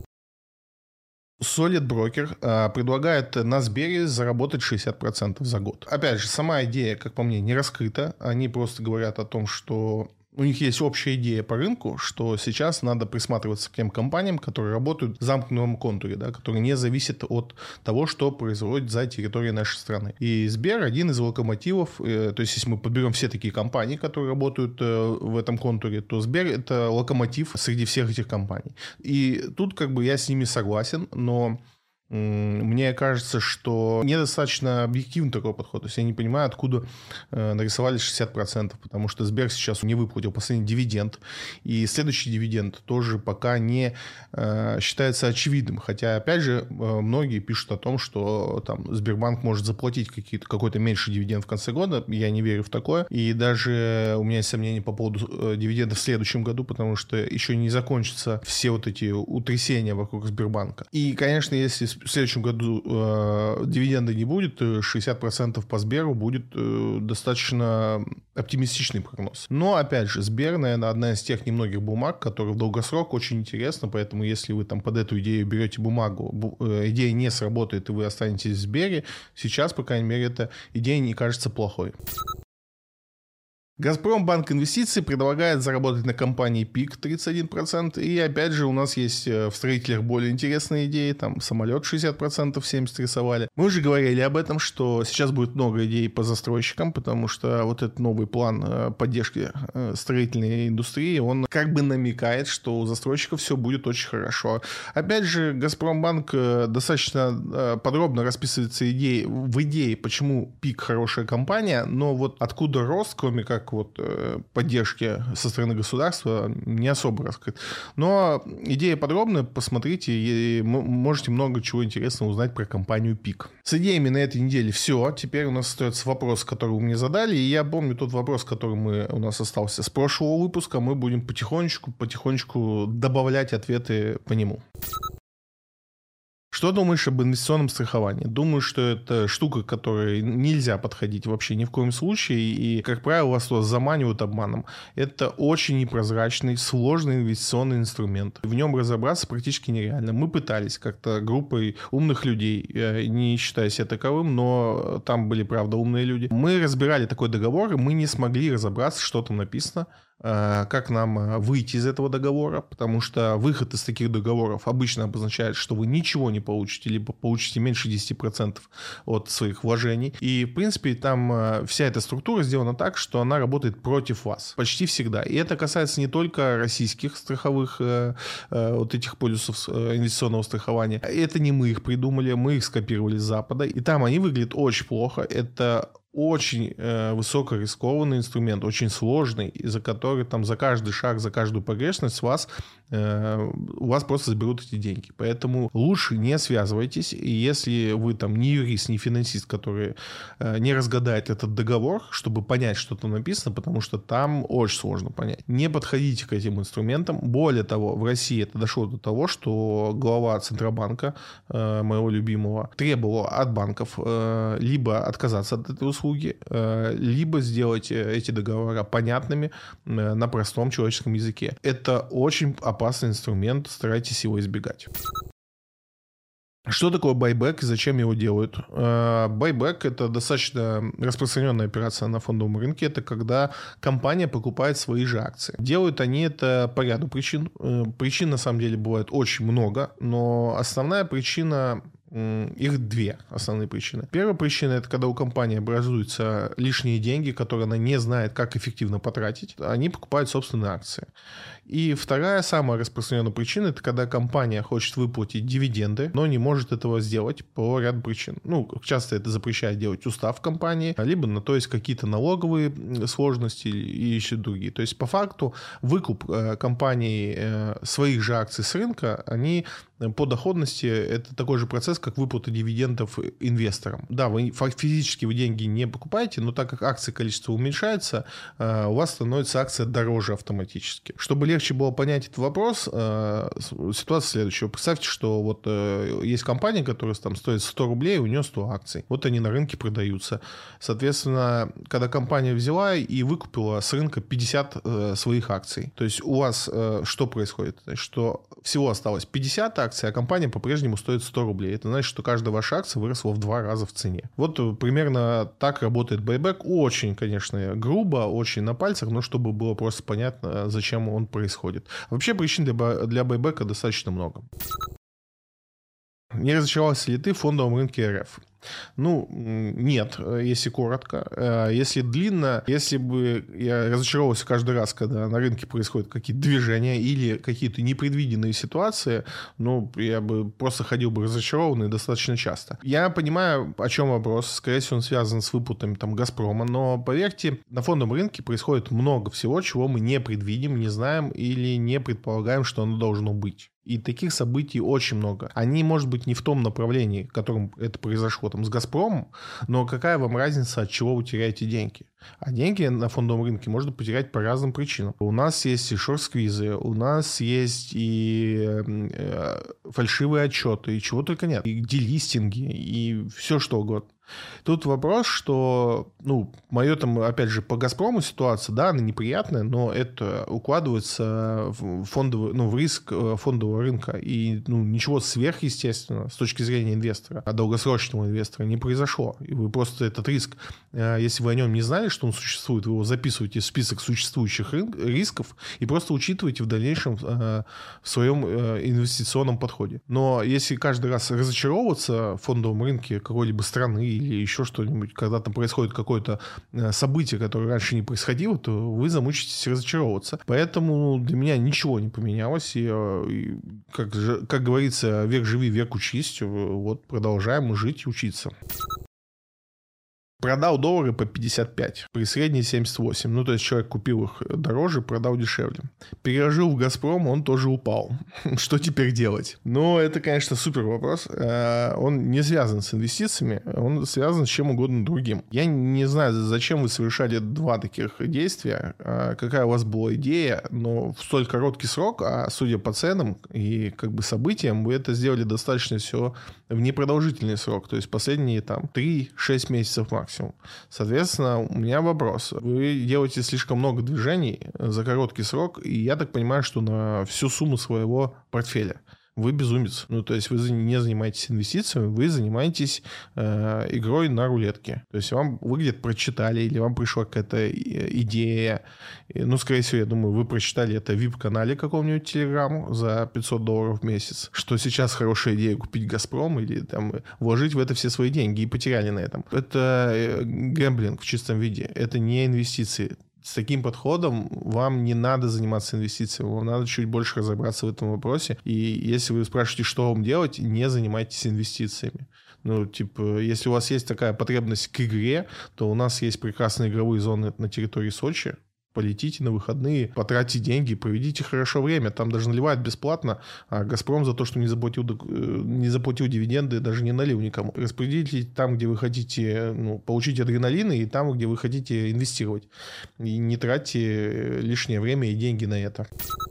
Solid Broker предлагает на Сбере заработать 60% за год. Опять же, сама идея, как по мне, не раскрыта. Они просто говорят о том, что у них есть общая идея по рынку, что сейчас надо присматриваться к тем компаниям, которые работают в замкнутом контуре, да, которые не зависят от того, что происходит за территорией нашей страны. И Сбер один из локомотивов, то есть если мы подберем все такие компании, которые работают в этом контуре, то Сбер — это локомотив среди всех этих компаний. И тут я с ними согласен, но мне кажется, что недостаточно объективный такой подход. То есть я не понимаю, откуда нарисовали 60%, потому что Сбер сейчас не выплатил последний дивиденд, и следующий дивиденд тоже пока не считается очевидным. Хотя, опять же, многие пишут о том, что там Сбербанк может заплатить какой-то меньший дивиденд в конце года. Я не верю в такое. И даже у меня есть сомнения по поводу дивиденда в следующем году, потому что еще не закончатся все вот эти утрясения вокруг Сбербанка. И, конечно, если в следующем году дивиденда не будет, 60% по Сберу будет достаточно оптимистичный прогноз. Но, опять же, Сбер, наверное, одна из тех немногих бумаг, которые в долгосрок очень интересны, поэтому если вы там под эту идею берете бумагу, идея не сработает, и вы останетесь в Сбере, сейчас, по крайней мере, эта идея не кажется плохой. Газпромбанк Инвестиции предлагает заработать на компании ПИК 31%. И опять же у нас есть в строителях более интересные идеи. Там самолет 60%, 70% рисовали. Мы уже говорили об этом, что сейчас будет много идей по застройщикам, потому что вот этот новый план поддержки строительной индустрии, он намекает, что у застройщиков все будет очень хорошо. Опять же, Газпромбанк достаточно подробно расписывается в идее, почему ПИК хорошая компания, но вот откуда рост, кроме как поддержки со стороны государства, не особо раскрыт. Но идея подробная, посмотрите, и можете много чего интересного узнать про компанию ПИК. С идеями на этой неделе все. Теперь у нас остается вопрос, который вы мне задали, и я помню тот вопрос, который у нас остался с прошлого выпуска. Мы будем потихонечку добавлять ответы по нему. Что думаешь об инвестиционном страховании? Думаю, что это штука, к которой нельзя подходить вообще ни в коем случае, и, как правило, вас заманивают обманом. Это очень непрозрачный, сложный инвестиционный инструмент. В нем разобраться практически нереально. Мы пытались как-то группой умных людей, не считая себя таковым, но там были, правда, умные люди. Мы разбирали такой договор, и мы не смогли разобраться, что там написано. как нам выйти из этого договора, потому что выход из таких договоров обычно обозначает, что вы ничего не получите, либо получите меньше 10% от своих вложений. И, в принципе, там вся эта структура сделана так, что она работает против вас почти всегда. И это касается не только российских страховых вот этих полюсов инвестиционного страхования. Это не мы их придумали, мы их скопировали с Запада. И там они выглядят очень плохо. Это очень высокорискованный инструмент, очень сложный, из-за который там за каждый шаг, за каждую погрешность у вас просто заберут эти деньги. Поэтому лучше не связывайтесь. И если вы там не юрист, не финансист, который не разгадает этот договор, чтобы понять, что там написано, потому что там очень сложно понять. Не подходите к этим инструментам. Более того, в России это дошло до того, что глава Центробанка, моего любимого, требовал от банков либо отказаться от этой услуги, либо сделать эти договора понятными на простом человеческом языке. Это очень опасный инструмент, старайтесь его избегать. Что такое байбек и зачем его делают? Байбек – это достаточно распространенная операция на фондовом рынке. Это когда компания покупает свои же акции. Делают они это по ряду причин. Причин, на самом деле, бывает очень много, но основная причина... Их две основные причины. Первая причина – это когда у компании образуются лишние деньги, которые она не знает, как эффективно потратить. Они покупают собственные акции. И вторая, самая распространенная причина – это когда компания хочет выплатить дивиденды, но не может этого сделать по ряду причин. Часто это запрещает делать устав компании, либо на то есть какие-то налоговые сложности и еще другие. То есть, по факту, выкуп компании своих же акций с рынка, они по доходности это такой же процесс, как выплата дивидендов инвесторам. Да, вы физически деньги не покупаете, но так как акций количество уменьшается, у вас становится акция дороже автоматически. Чтобы легче было понять этот вопрос, ситуация следующая. Представьте, что вот есть компания, которая там стоит 100 рублей, у нее 100 акций. Вот они на рынке продаются. Соответственно, когда компания взяла и выкупила с рынка 50 своих акций, то есть у вас что происходит? Что всего осталось 50 акций, а компания по-прежнему стоит 100 рублей. Это значит, что каждая ваша акция выросла в 2 раза в цене. Вот примерно так работает байбек. Очень, конечно, грубо, очень на пальцах, но чтобы было просто понятно, зачем он происходит. Вообще причин для байбека достаточно много. Не разочаровался ли ты в фондовом рынке РФ? Нет, если коротко. Если длинно, если бы я разочаровался каждый раз, когда на рынке происходят какие-то движения или какие-то непредвиденные ситуации, я бы просто ходил бы разочарованный достаточно часто. Я понимаю, о чем вопрос. Скорее всего, он связан с выплатами «Газпрома», но, поверьте, на фондовом рынке происходит много всего, чего мы не предвидим, не знаем или не предполагаем, что оно должно быть. И таких событий очень много. Они, может быть, не в том направлении, в котором это произошло с «Газпромом», но какая вам разница, от чего вы теряете деньги? А деньги на фондовом рынке можно потерять по разным причинам. У нас есть и шорт-сквизы, у нас есть и фальшивые отчеты, и чего только нет. И делистинги, и все что угодно. Тут вопрос, что, мое опять же, по «Газпрому» ситуация, да, она неприятная, но это укладывается в фондовый, в риск фондового рынка. И, ничего сверхъестественного с точки зрения инвестора, долгосрочного инвестора, не произошло. И вы просто этот риск, если вы о нем не знали, что он существует, вы его записываете в список существующих рисков и просто учитываете в дальнейшем в своем инвестиционном подходе. Но если каждый раз разочаровываться в фондовом рынке какой-либо страны или еще что-нибудь, когда там происходит какое-то событие, которое раньше не происходило, то вы замучитесь разочаровываться. Поэтому для меня ничего не поменялось. И как говорится, век живи, век учись. Вот продолжаем жить и учиться. Продал доллары по 55, при средней 78. То есть человек купил их дороже, продал дешевле. Переложил в «Газпром», он тоже упал. Что теперь делать? Это, конечно, супер вопрос. Он не связан с инвестициями, он связан с чем угодно другим. Я не знаю, зачем вы совершали 2 таких действия, какая у вас была идея, но в столь короткий срок, а судя по ценам и событиям, вы это сделали достаточно все в непродолжительный срок. То есть последние 3-6 месяцев максимум. Соответственно, у меня вопрос. Вы делаете слишком много движений за короткий срок, и я так понимаю, что на всю сумму своего портфеля. вы безумец. Ну, то есть вы не занимаетесь инвестициями, вы занимаетесь игрой на рулетке. То есть вы где-то прочитали, или вам пришла какая-то идея. Ну, скорее всего, я думаю, вы прочитали это в VIP-канале каком-нибудь Telegram за $500 в месяц, что сейчас хорошая идея купить «Газпром» или там вложить в это все свои деньги и потеряли на этом. Это гэмблинг в чистом виде. Это не инвестиции. С таким подходом вам не надо заниматься инвестициями, вам надо чуть больше разобраться в этом вопросе. И если вы спрашиваете, что вам делать, не занимайтесь инвестициями. Ну, типа, если у вас есть такая потребность к игре, то у нас есть прекрасные игровые зоны на территории Сочи. Полетите на выходные, потратьте деньги, проведите хорошо время. Там даже наливают бесплатно, а «Газпром» за то, что не заплатил дивиденды, даже не налил никому. Распределите там, где вы хотите получить адреналин, и там, где вы хотите инвестировать. И не тратьте лишнее время и деньги на это.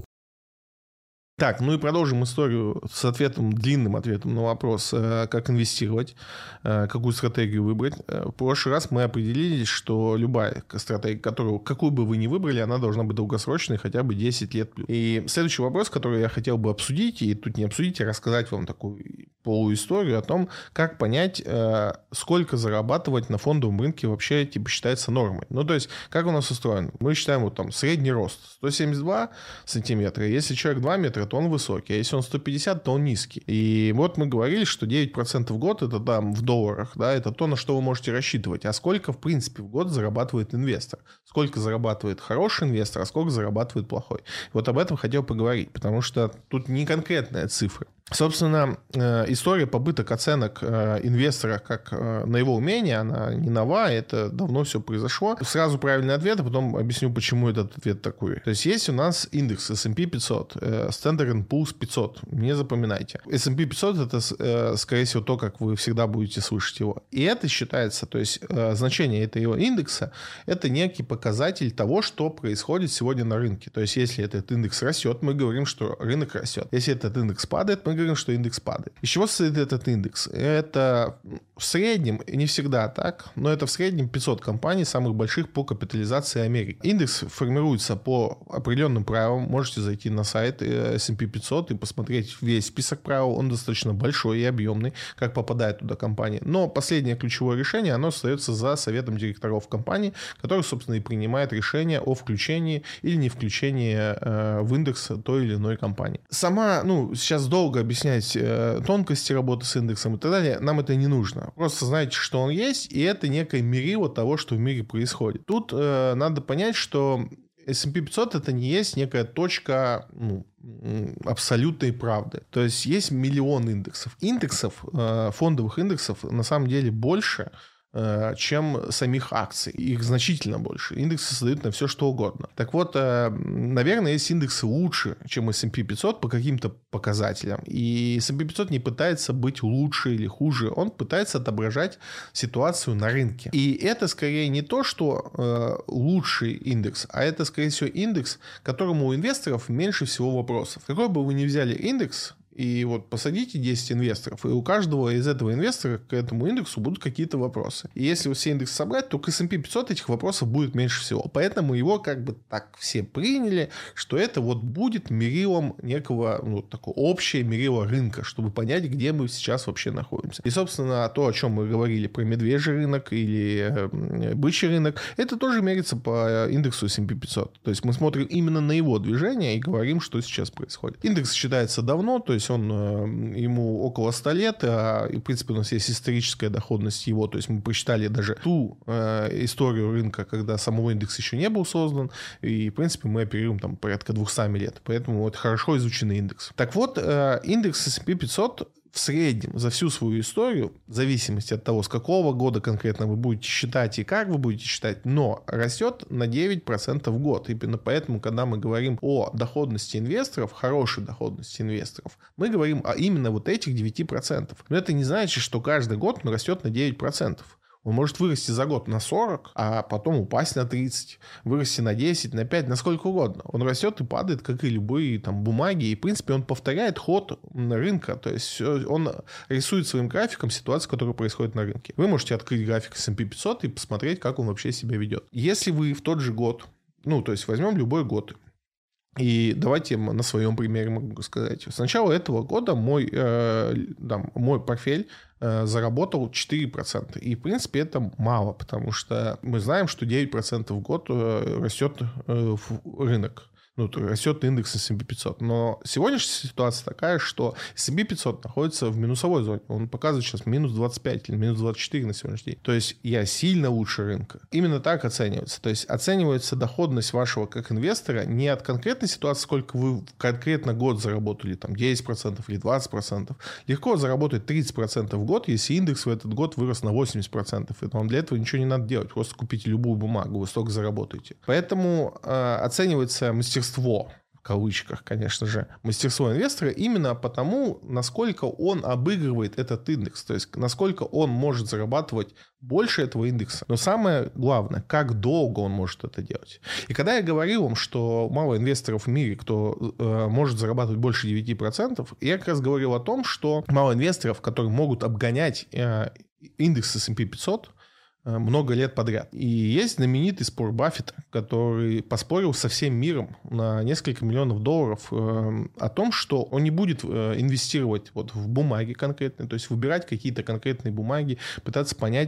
Так, ну и продолжим историю с длинным ответом на вопрос, как инвестировать, какую стратегию выбрать. В прошлый раз мы определились, что любая стратегия, какую бы вы ни выбрали, она должна быть долгосрочной, хотя бы 10 лет плюс. И следующий вопрос, который я хотел бы обсудить, и тут не обсудить, а рассказать вам такую полуисторию о том, как понять, сколько зарабатывать на фондовом рынке вообще считается нормой. Ну, то есть, как у нас устроено? Мы считаем вот там средний рост 172 сантиметра. Если человек 2 метра, то он высокий. А если он 150, то он низкий. И вот мы говорили, что 9% в год, это там в долларах, да, это то, на что вы можете рассчитывать. А сколько, в принципе, в год зарабатывает инвестор? Сколько зарабатывает хороший инвестор, а сколько зарабатывает плохой? Вот об этом хотел поговорить, потому что тут не конкретная цифра. Собственно, история попыток оценок инвестора как на его умение, она не нова, это давно все произошло. Сразу правильный ответ, а потом объясню, почему этот ответ такой. То есть есть у нас индекс S&P 500, Standard & Poor's 500, не запоминайте. S&P 500 это, скорее всего, то, как вы всегда будете слышать его. И это считается, то есть значение этого индекса, это некий показатель того, что происходит сегодня на рынке. То есть если этот индекс растет, мы говорим, что рынок растет. Если этот индекс падает, мы говорим, что индекс падает. Из чего состоит этот индекс? Это в среднем, не всегда так, но это в среднем 500 компаний, самых больших по капитализации Америки. Индекс формируется по определенным правилам. Можете зайти на сайт S&P 500 и посмотреть весь список правил. Он достаточно большой и объемный, как попадает туда компания. Но последнее ключевое решение, оно остается за советом директоров компании, который, собственно, и принимает решение о включении или не включении в индекс той или иной компании. Сейчас долго объяснять тонкости работы с индексом и так далее, нам это не нужно. Просто знайте, что он есть, и это некое мерило того, что в мире происходит. Тут надо понять, что S&P 500 это не есть некая точка абсолютной правды. То есть есть миллион индексов, фондовых индексов на самом деле больше, чем самих акций. Их значительно больше. Индексы создают на все, что угодно. Так вот, наверное, есть индексы лучше, чем S&P 500 по каким-то показателям. И S&P 500 не пытается быть лучше или хуже. Он пытается отображать ситуацию на рынке. И это скорее не то, что лучший индекс, а это, скорее всего, индекс, которому у инвесторов меньше всего вопросов. Какой бы вы ни взяли индекс, и вот посадите 10 инвесторов, и у каждого из этого инвестора к этому индексу будут какие-то вопросы. И если все индексы собрать, то к S&P 500 этих вопросов будет меньше всего. Поэтому его так все приняли, что это вот будет мерилом некого, такого общее мерило рынка, чтобы понять, где мы сейчас вообще находимся. И, собственно, то, о чем мы говорили про медвежий рынок или бычий рынок, это тоже мерится по индексу S&P 500. То есть мы смотрим именно на его движение и говорим, что сейчас происходит. Индекс считается давно, то есть ему около 100 лет, и, в принципе, у нас есть историческая доходность его, то есть мы посчитали даже ту историю рынка, когда самого индекса еще не был создан, и, в принципе, мы оперируем там порядка 200 лет, поэтому это хорошо изученный индекс. Так вот, индекс S&P 500 в среднем за всю свою историю, в зависимости от того, с какого года конкретно вы будете считать и как вы будете считать, но растет на 9% в год. Именно поэтому, когда мы говорим о доходности инвесторов, хорошей доходности инвесторов, мы говорим о именно вот этих 9%. Но это не значит, что каждый год он растет на 9%. Он может вырасти за год на 40, а потом упасть на 30, вырасти на 10, на 5, на сколько угодно. Он растет и падает, как и любые там бумаги. И, в принципе, он повторяет ход рынка. То есть он рисует своим графиком ситуацию, которая происходит на рынке. Вы можете открыть график S&P 500 и посмотреть, как он вообще себя ведет. Если вы в тот же год, то есть возьмем любой год, И давайте на своем примере могу сказать. С начала этого года мой портфель заработал 4%. И, в принципе, это мало, потому что мы знаем, что 9% в год растет рынок. Растет индекс S&P 500. Но сегодняшняя ситуация такая, что S&P 500 находится в минусовой зоне. Он показывает сейчас минус 25 или минус 24 на сегодняшний день. То есть я сильно лучше рынка. Именно так оценивается. То есть оценивается доходность вашего как инвестора не от конкретной ситуации, сколько вы конкретно год заработали, там 10% или 20%. Легко заработать 30% в год, если индекс в этот год вырос на 80%. И вам для этого ничего не надо делать. Просто купите любую бумагу, вы столько заработаете. Поэтому оценивается мастерство, в кавычках, конечно же, мастерство инвестора именно потому, насколько он обыгрывает этот индекс, то есть насколько он может зарабатывать больше этого индекса. Но самое главное, как долго он может это делать. И когда я говорил вам, что мало инвесторов в мире, кто может зарабатывать больше 9%, я как раз говорил о том, что мало инвесторов, которые могут обгонять индекс S&P 500, много лет подряд. И есть знаменитый спор Баффета, который поспорил со всем миром на несколько миллионов долларов о том, что он не будет инвестировать в бумаги конкретные, то есть выбирать какие-то конкретные бумаги, пытаться понять,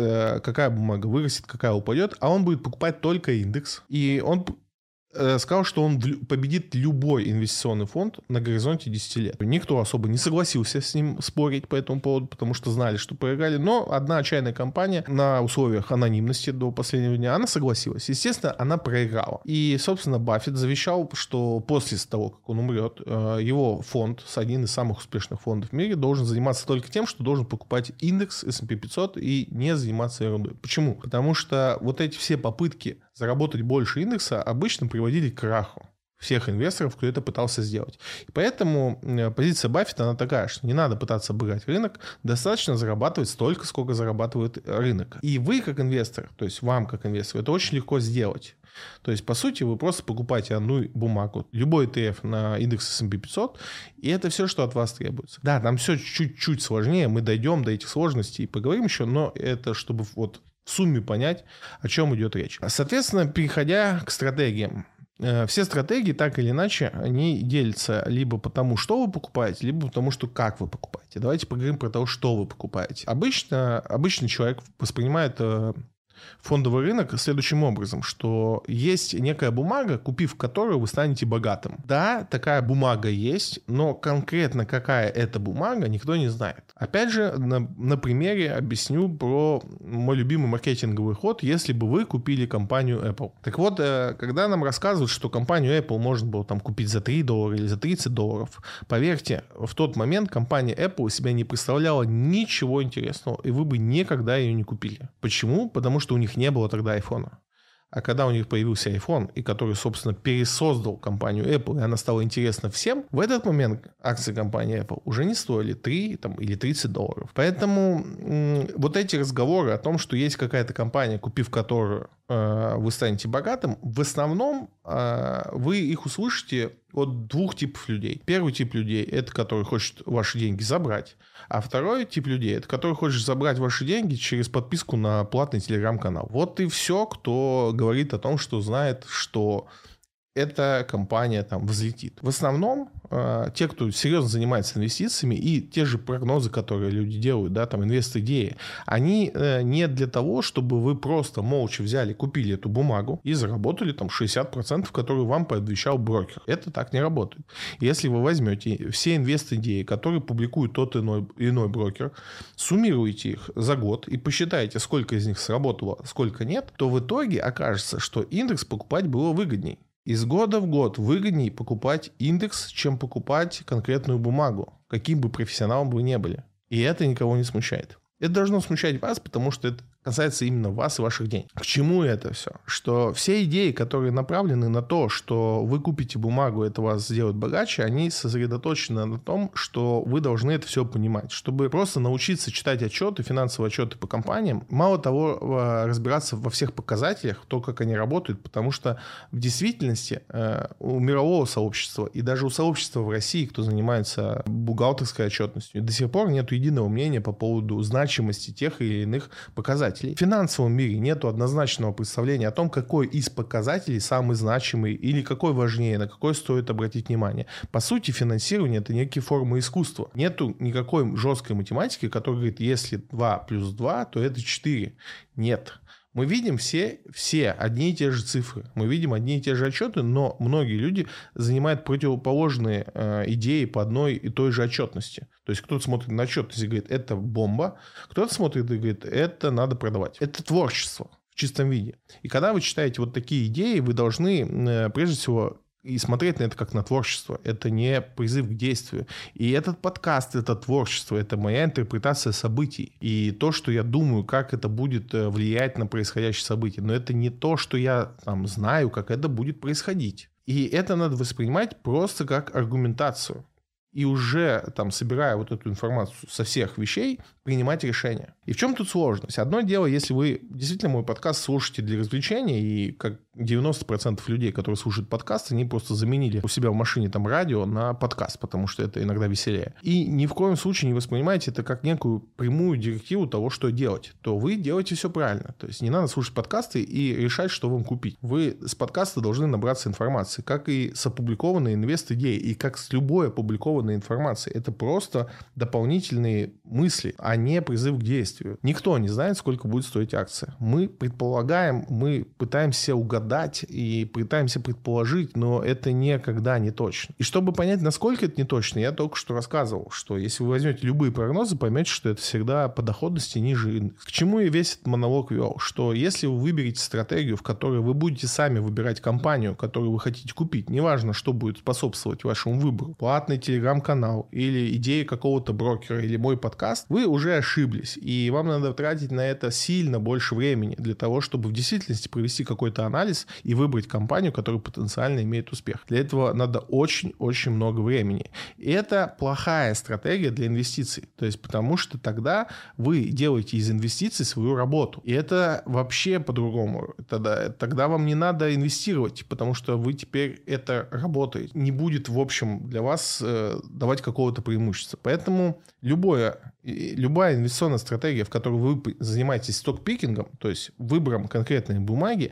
какая бумага вырастет, какая упадет, а он будет покупать только индекс. И он сказал, что он победит любой инвестиционный фонд на горизонте 10 лет. Никто особо не согласился с ним спорить по этому поводу, потому что знали, что проиграли. Но одна отчаянная компания на условиях анонимности до последнего дня, она согласилась. Естественно, она проиграла. И, собственно, Баффет завещал, что после того, как он умрет, его фонд, один из самых успешных фондов в мире, должен заниматься только тем, что должен покупать индекс S&P 500 и не заниматься ерундой. Почему? Потому что вот эти все попытки заработать больше индекса обычно приводили к краху всех инвесторов, кто это пытался сделать. И поэтому позиция Баффета, она такая, что не надо пытаться обыграть рынок, достаточно зарабатывать столько, сколько зарабатывает рынок. И вы, как инвестор, то есть вам, как инвестору, это очень легко сделать. То есть, по сути, вы просто покупаете одну бумагу, любой ETF на индекс S&P 500, и это все, что от вас требуется. Да, там все чуть-чуть сложнее, мы дойдем до этих сложностей и поговорим еще, но это чтобы в сумме понять, о чем идет речь. Соответственно, переходя к стратегиям. Все стратегии, так или иначе, они делятся либо по тому, что вы покупаете, либо по тому, что как вы покупаете. Давайте поговорим про то, что вы покупаете. Обычный человек воспринимает фондовый рынок следующим образом, что есть некая бумага, купив которую вы станете богатым. Да, такая бумага есть, но конкретно какая это бумага, никто не знает. Опять же, на примере объясню про мой любимый маркетинговый ход, если бы вы купили компанию Apple. Так вот, когда нам рассказывают, что компанию Apple можно было купить за $3 или за $30, поверьте, в тот момент компания Apple себя не представляла ничего интересного, и вы бы никогда ее не купили. Почему? Потому что у них не было тогда айфона. А когда у них появился iPhone, и который, собственно, пересоздал компанию Apple, и она стала интересна всем, в этот момент акции компании Apple уже не стоили 3 или $30. Поэтому вот эти разговоры о том, что есть какая-то компания, купив которую вы станете богатым, в основном вы их услышите от двух типов людей. Первый тип людей – это который хочет ваши деньги забрать, а второй тип людей – это который хочет забрать ваши деньги через подписку на платный телеграм-канал. Вот и все, кто говорит о том, что знает, что эта компания взлетит. В основном те, кто серьезно занимается инвестициями, и те же прогнозы, которые люди делают, инвест-идеи, они не для того, чтобы вы просто молча взяли, купили эту бумагу и заработали 60%, которые вам пообещал брокер. Это так не работает. Если вы возьмете все инвест-идеи, которые публикует тот иной брокер, суммируете их за год и посчитаете, сколько из них сработало, сколько нет, то в итоге окажется, что индекс покупать было выгодней. Из года в год выгоднее покупать индекс, чем покупать конкретную бумагу, каким бы профессионалом вы ни были. И это никого не смущает. Это должно смущать вас, потому что это касается именно вас и ваших денег. К чему это все? Что все идеи, которые направлены на то, что вы купите бумагу, это вас сделает богаче, они сосредоточены на том, что вы должны это все понимать. Чтобы просто научиться читать отчеты, финансовые отчеты по компаниям, мало того, разбираться во всех показателях, то, как они работают, потому что в действительности у мирового сообщества и даже у сообщества в России, кто занимается бухгалтерской отчетностью, до сих пор нет единого мнения по поводу значимости тех или иных показателей. показателей. В финансовом мире нет однозначного представления о том, какой из показателей самый значимый или какой важнее, на какой стоит обратить внимание. По сути, финансирование – это некие формы искусства. Нету никакой жесткой математики, которая говорит, если 2 плюс 2, то это 4. Нет. Мы видим все одни и те же цифры, мы видим одни и те же отчеты, но многие люди занимают противоположные идеи по одной и той же отчетности. То есть кто-то смотрит на отчетность и говорит, это бомба, кто-то смотрит и говорит, это надо продавать. Это творчество в чистом виде. И когда вы читаете вот такие идеи, вы должны прежде всего и смотреть на это как на творчество. Это не призыв к действию. И этот подкаст — это творчество, это моя интерпретация событий. И то, что я думаю, как это будет влиять на происходящие события. Но это не то, что я там знаю, как это будет происходить. И это надо воспринимать просто как аргументацию. И уже там, собирая вот эту информацию со всех вещей, принимать решения. И в чем тут сложность? Одно дело, если вы действительно мой подкаст слушаете для развлечения, и как 90% людей, которые слушают подкасты, они просто заменили у себя в машине там радио на подкаст, потому что это иногда веселее. И ни в коем случае не воспринимайте это как некую прямую директиву того, что делать. То вы делаете все правильно. То есть не надо слушать подкасты и решать, что вам купить. Вы с подкаста должны набраться информации, как и с опубликованной инвест-идеей, и как с любой опубликованной информацией. Это просто дополнительные мысли, а не призыв к действию. Никто не знает, сколько будет стоить акция. Мы предполагаем, мы пытаемся угадать и пытаемся предположить, но это никогда не точно. И чтобы понять, насколько это не точно, я только что рассказывал, что если вы возьмете любые прогнозы, поймете, что это всегда по доходности ниже индекса. К чему я весь этот монолог вел? Что если вы выберете стратегию, в которой вы будете сами выбирать компанию, которую вы хотите купить, неважно, что будет способствовать вашему выбору, платный телеграм-канал или идея какого-то брокера или мой подкаст, вы уже ошиблись. И вам надо тратить на это сильно больше времени для того, чтобы в действительности провести какой-то анализ и выбрать компанию, которая потенциально имеет успех. Для этого надо очень-очень много времени. И это плохая стратегия для инвестиций. То есть потому что тогда вы делаете из инвестиций свою работу. И это вообще по-другому. Тогда вам не надо инвестировать, потому что вы теперь это работаете. Не будет, в общем, для вас давать какого-то преимущества. Поэтому любая инвестиционная стратегия, в которой вы занимаетесь сток-пикингом, то есть выбором конкретной бумаги,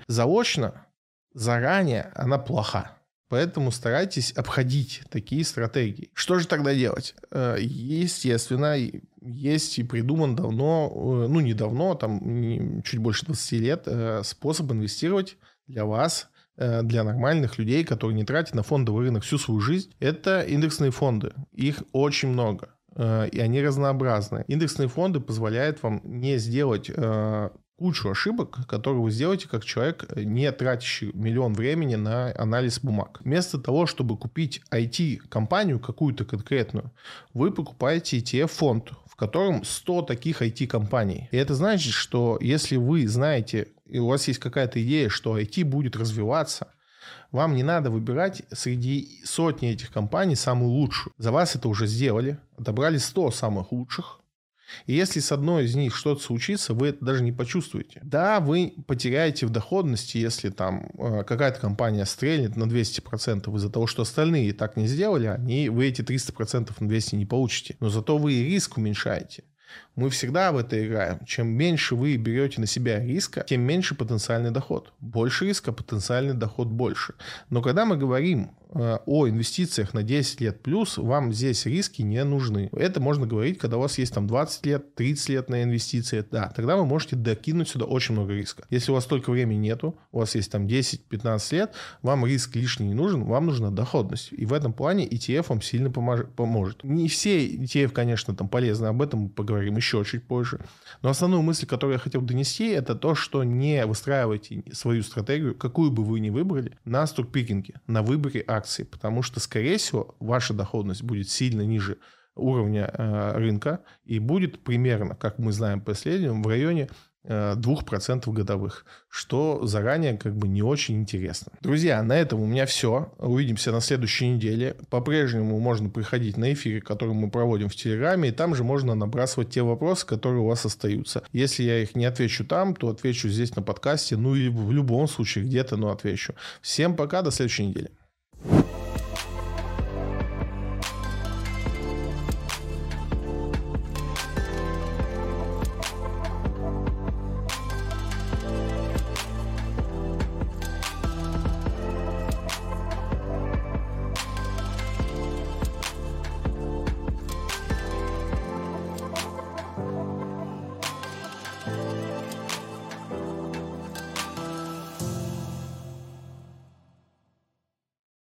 заранее она плоха. Поэтому старайтесь обходить такие стратегии. Что же тогда делать? Естественно, есть и придуман давно, недавно, там чуть больше 20 лет, способ инвестировать для вас, для нормальных людей, которые не тратят на фондовый рынок всю свою жизнь. Это индексные фонды. Их очень много. И они разнообразны. Индексные фонды позволяют вам не сделать кучу ошибок, которые вы сделаете как человек, не тратящий миллион времени на анализ бумаг. Вместо того, чтобы купить IT-компанию какую-то конкретную, вы покупаете ETF-фонд, в котором 100 таких IT-компаний. И это значит, что если вы знаете, и у вас есть какая-то идея, что IT будет развиваться, вам не надо выбирать среди сотни этих компаний самую лучшую. За вас это уже сделали, отобрали 100 самых лучших. И если с одной из них что-то случится, вы это даже не почувствуете. Да, вы потеряете в доходности, если там какая-то компания стрельнет на 200% из-за того, что остальные так не сделали, вы эти 300% на 200 не получите. Но зато вы и риск уменьшаете. Мы всегда в это играем. Чем меньше вы берете на себя риска, тем меньше потенциальный доход. Больше риска, потенциальный доход больше. Но когда мы говорим о инвестициях на 10 лет плюс, вам здесь риски не нужны. Это можно говорить, когда у вас есть там 20 лет, 30 лет на инвестиции. Да, тогда вы можете докинуть сюда очень много риска. Если у вас столько времени нету, у вас есть там 10-15 лет, вам риск лишний не нужен, вам нужна доходность. И в этом плане ETF вам сильно поможет. Не все ETF, конечно, там полезны, об этом мы поговорим еще чуть позже. Но основную мысль, которую я хотел донести, это то, что не выстраивайте свою стратегию, какую бы вы ни выбрали, на сток-пикинге, на выборе акций, потому что, скорее всего, ваша доходность будет сильно ниже уровня рынка и будет примерно, как мы знаем по исследованиям, в районе 2% годовых, что заранее как бы не очень интересно. Друзья, на этом у меня все. Увидимся на следующей неделе. По-прежнему можно приходить на эфиры, которые мы проводим в Телеграме, и там же можно набрасывать те вопросы, которые у вас остаются. Если я их не отвечу там, то отвечу здесь на подкасте, или в любом случае где-то, но отвечу. Всем пока, до следующей недели.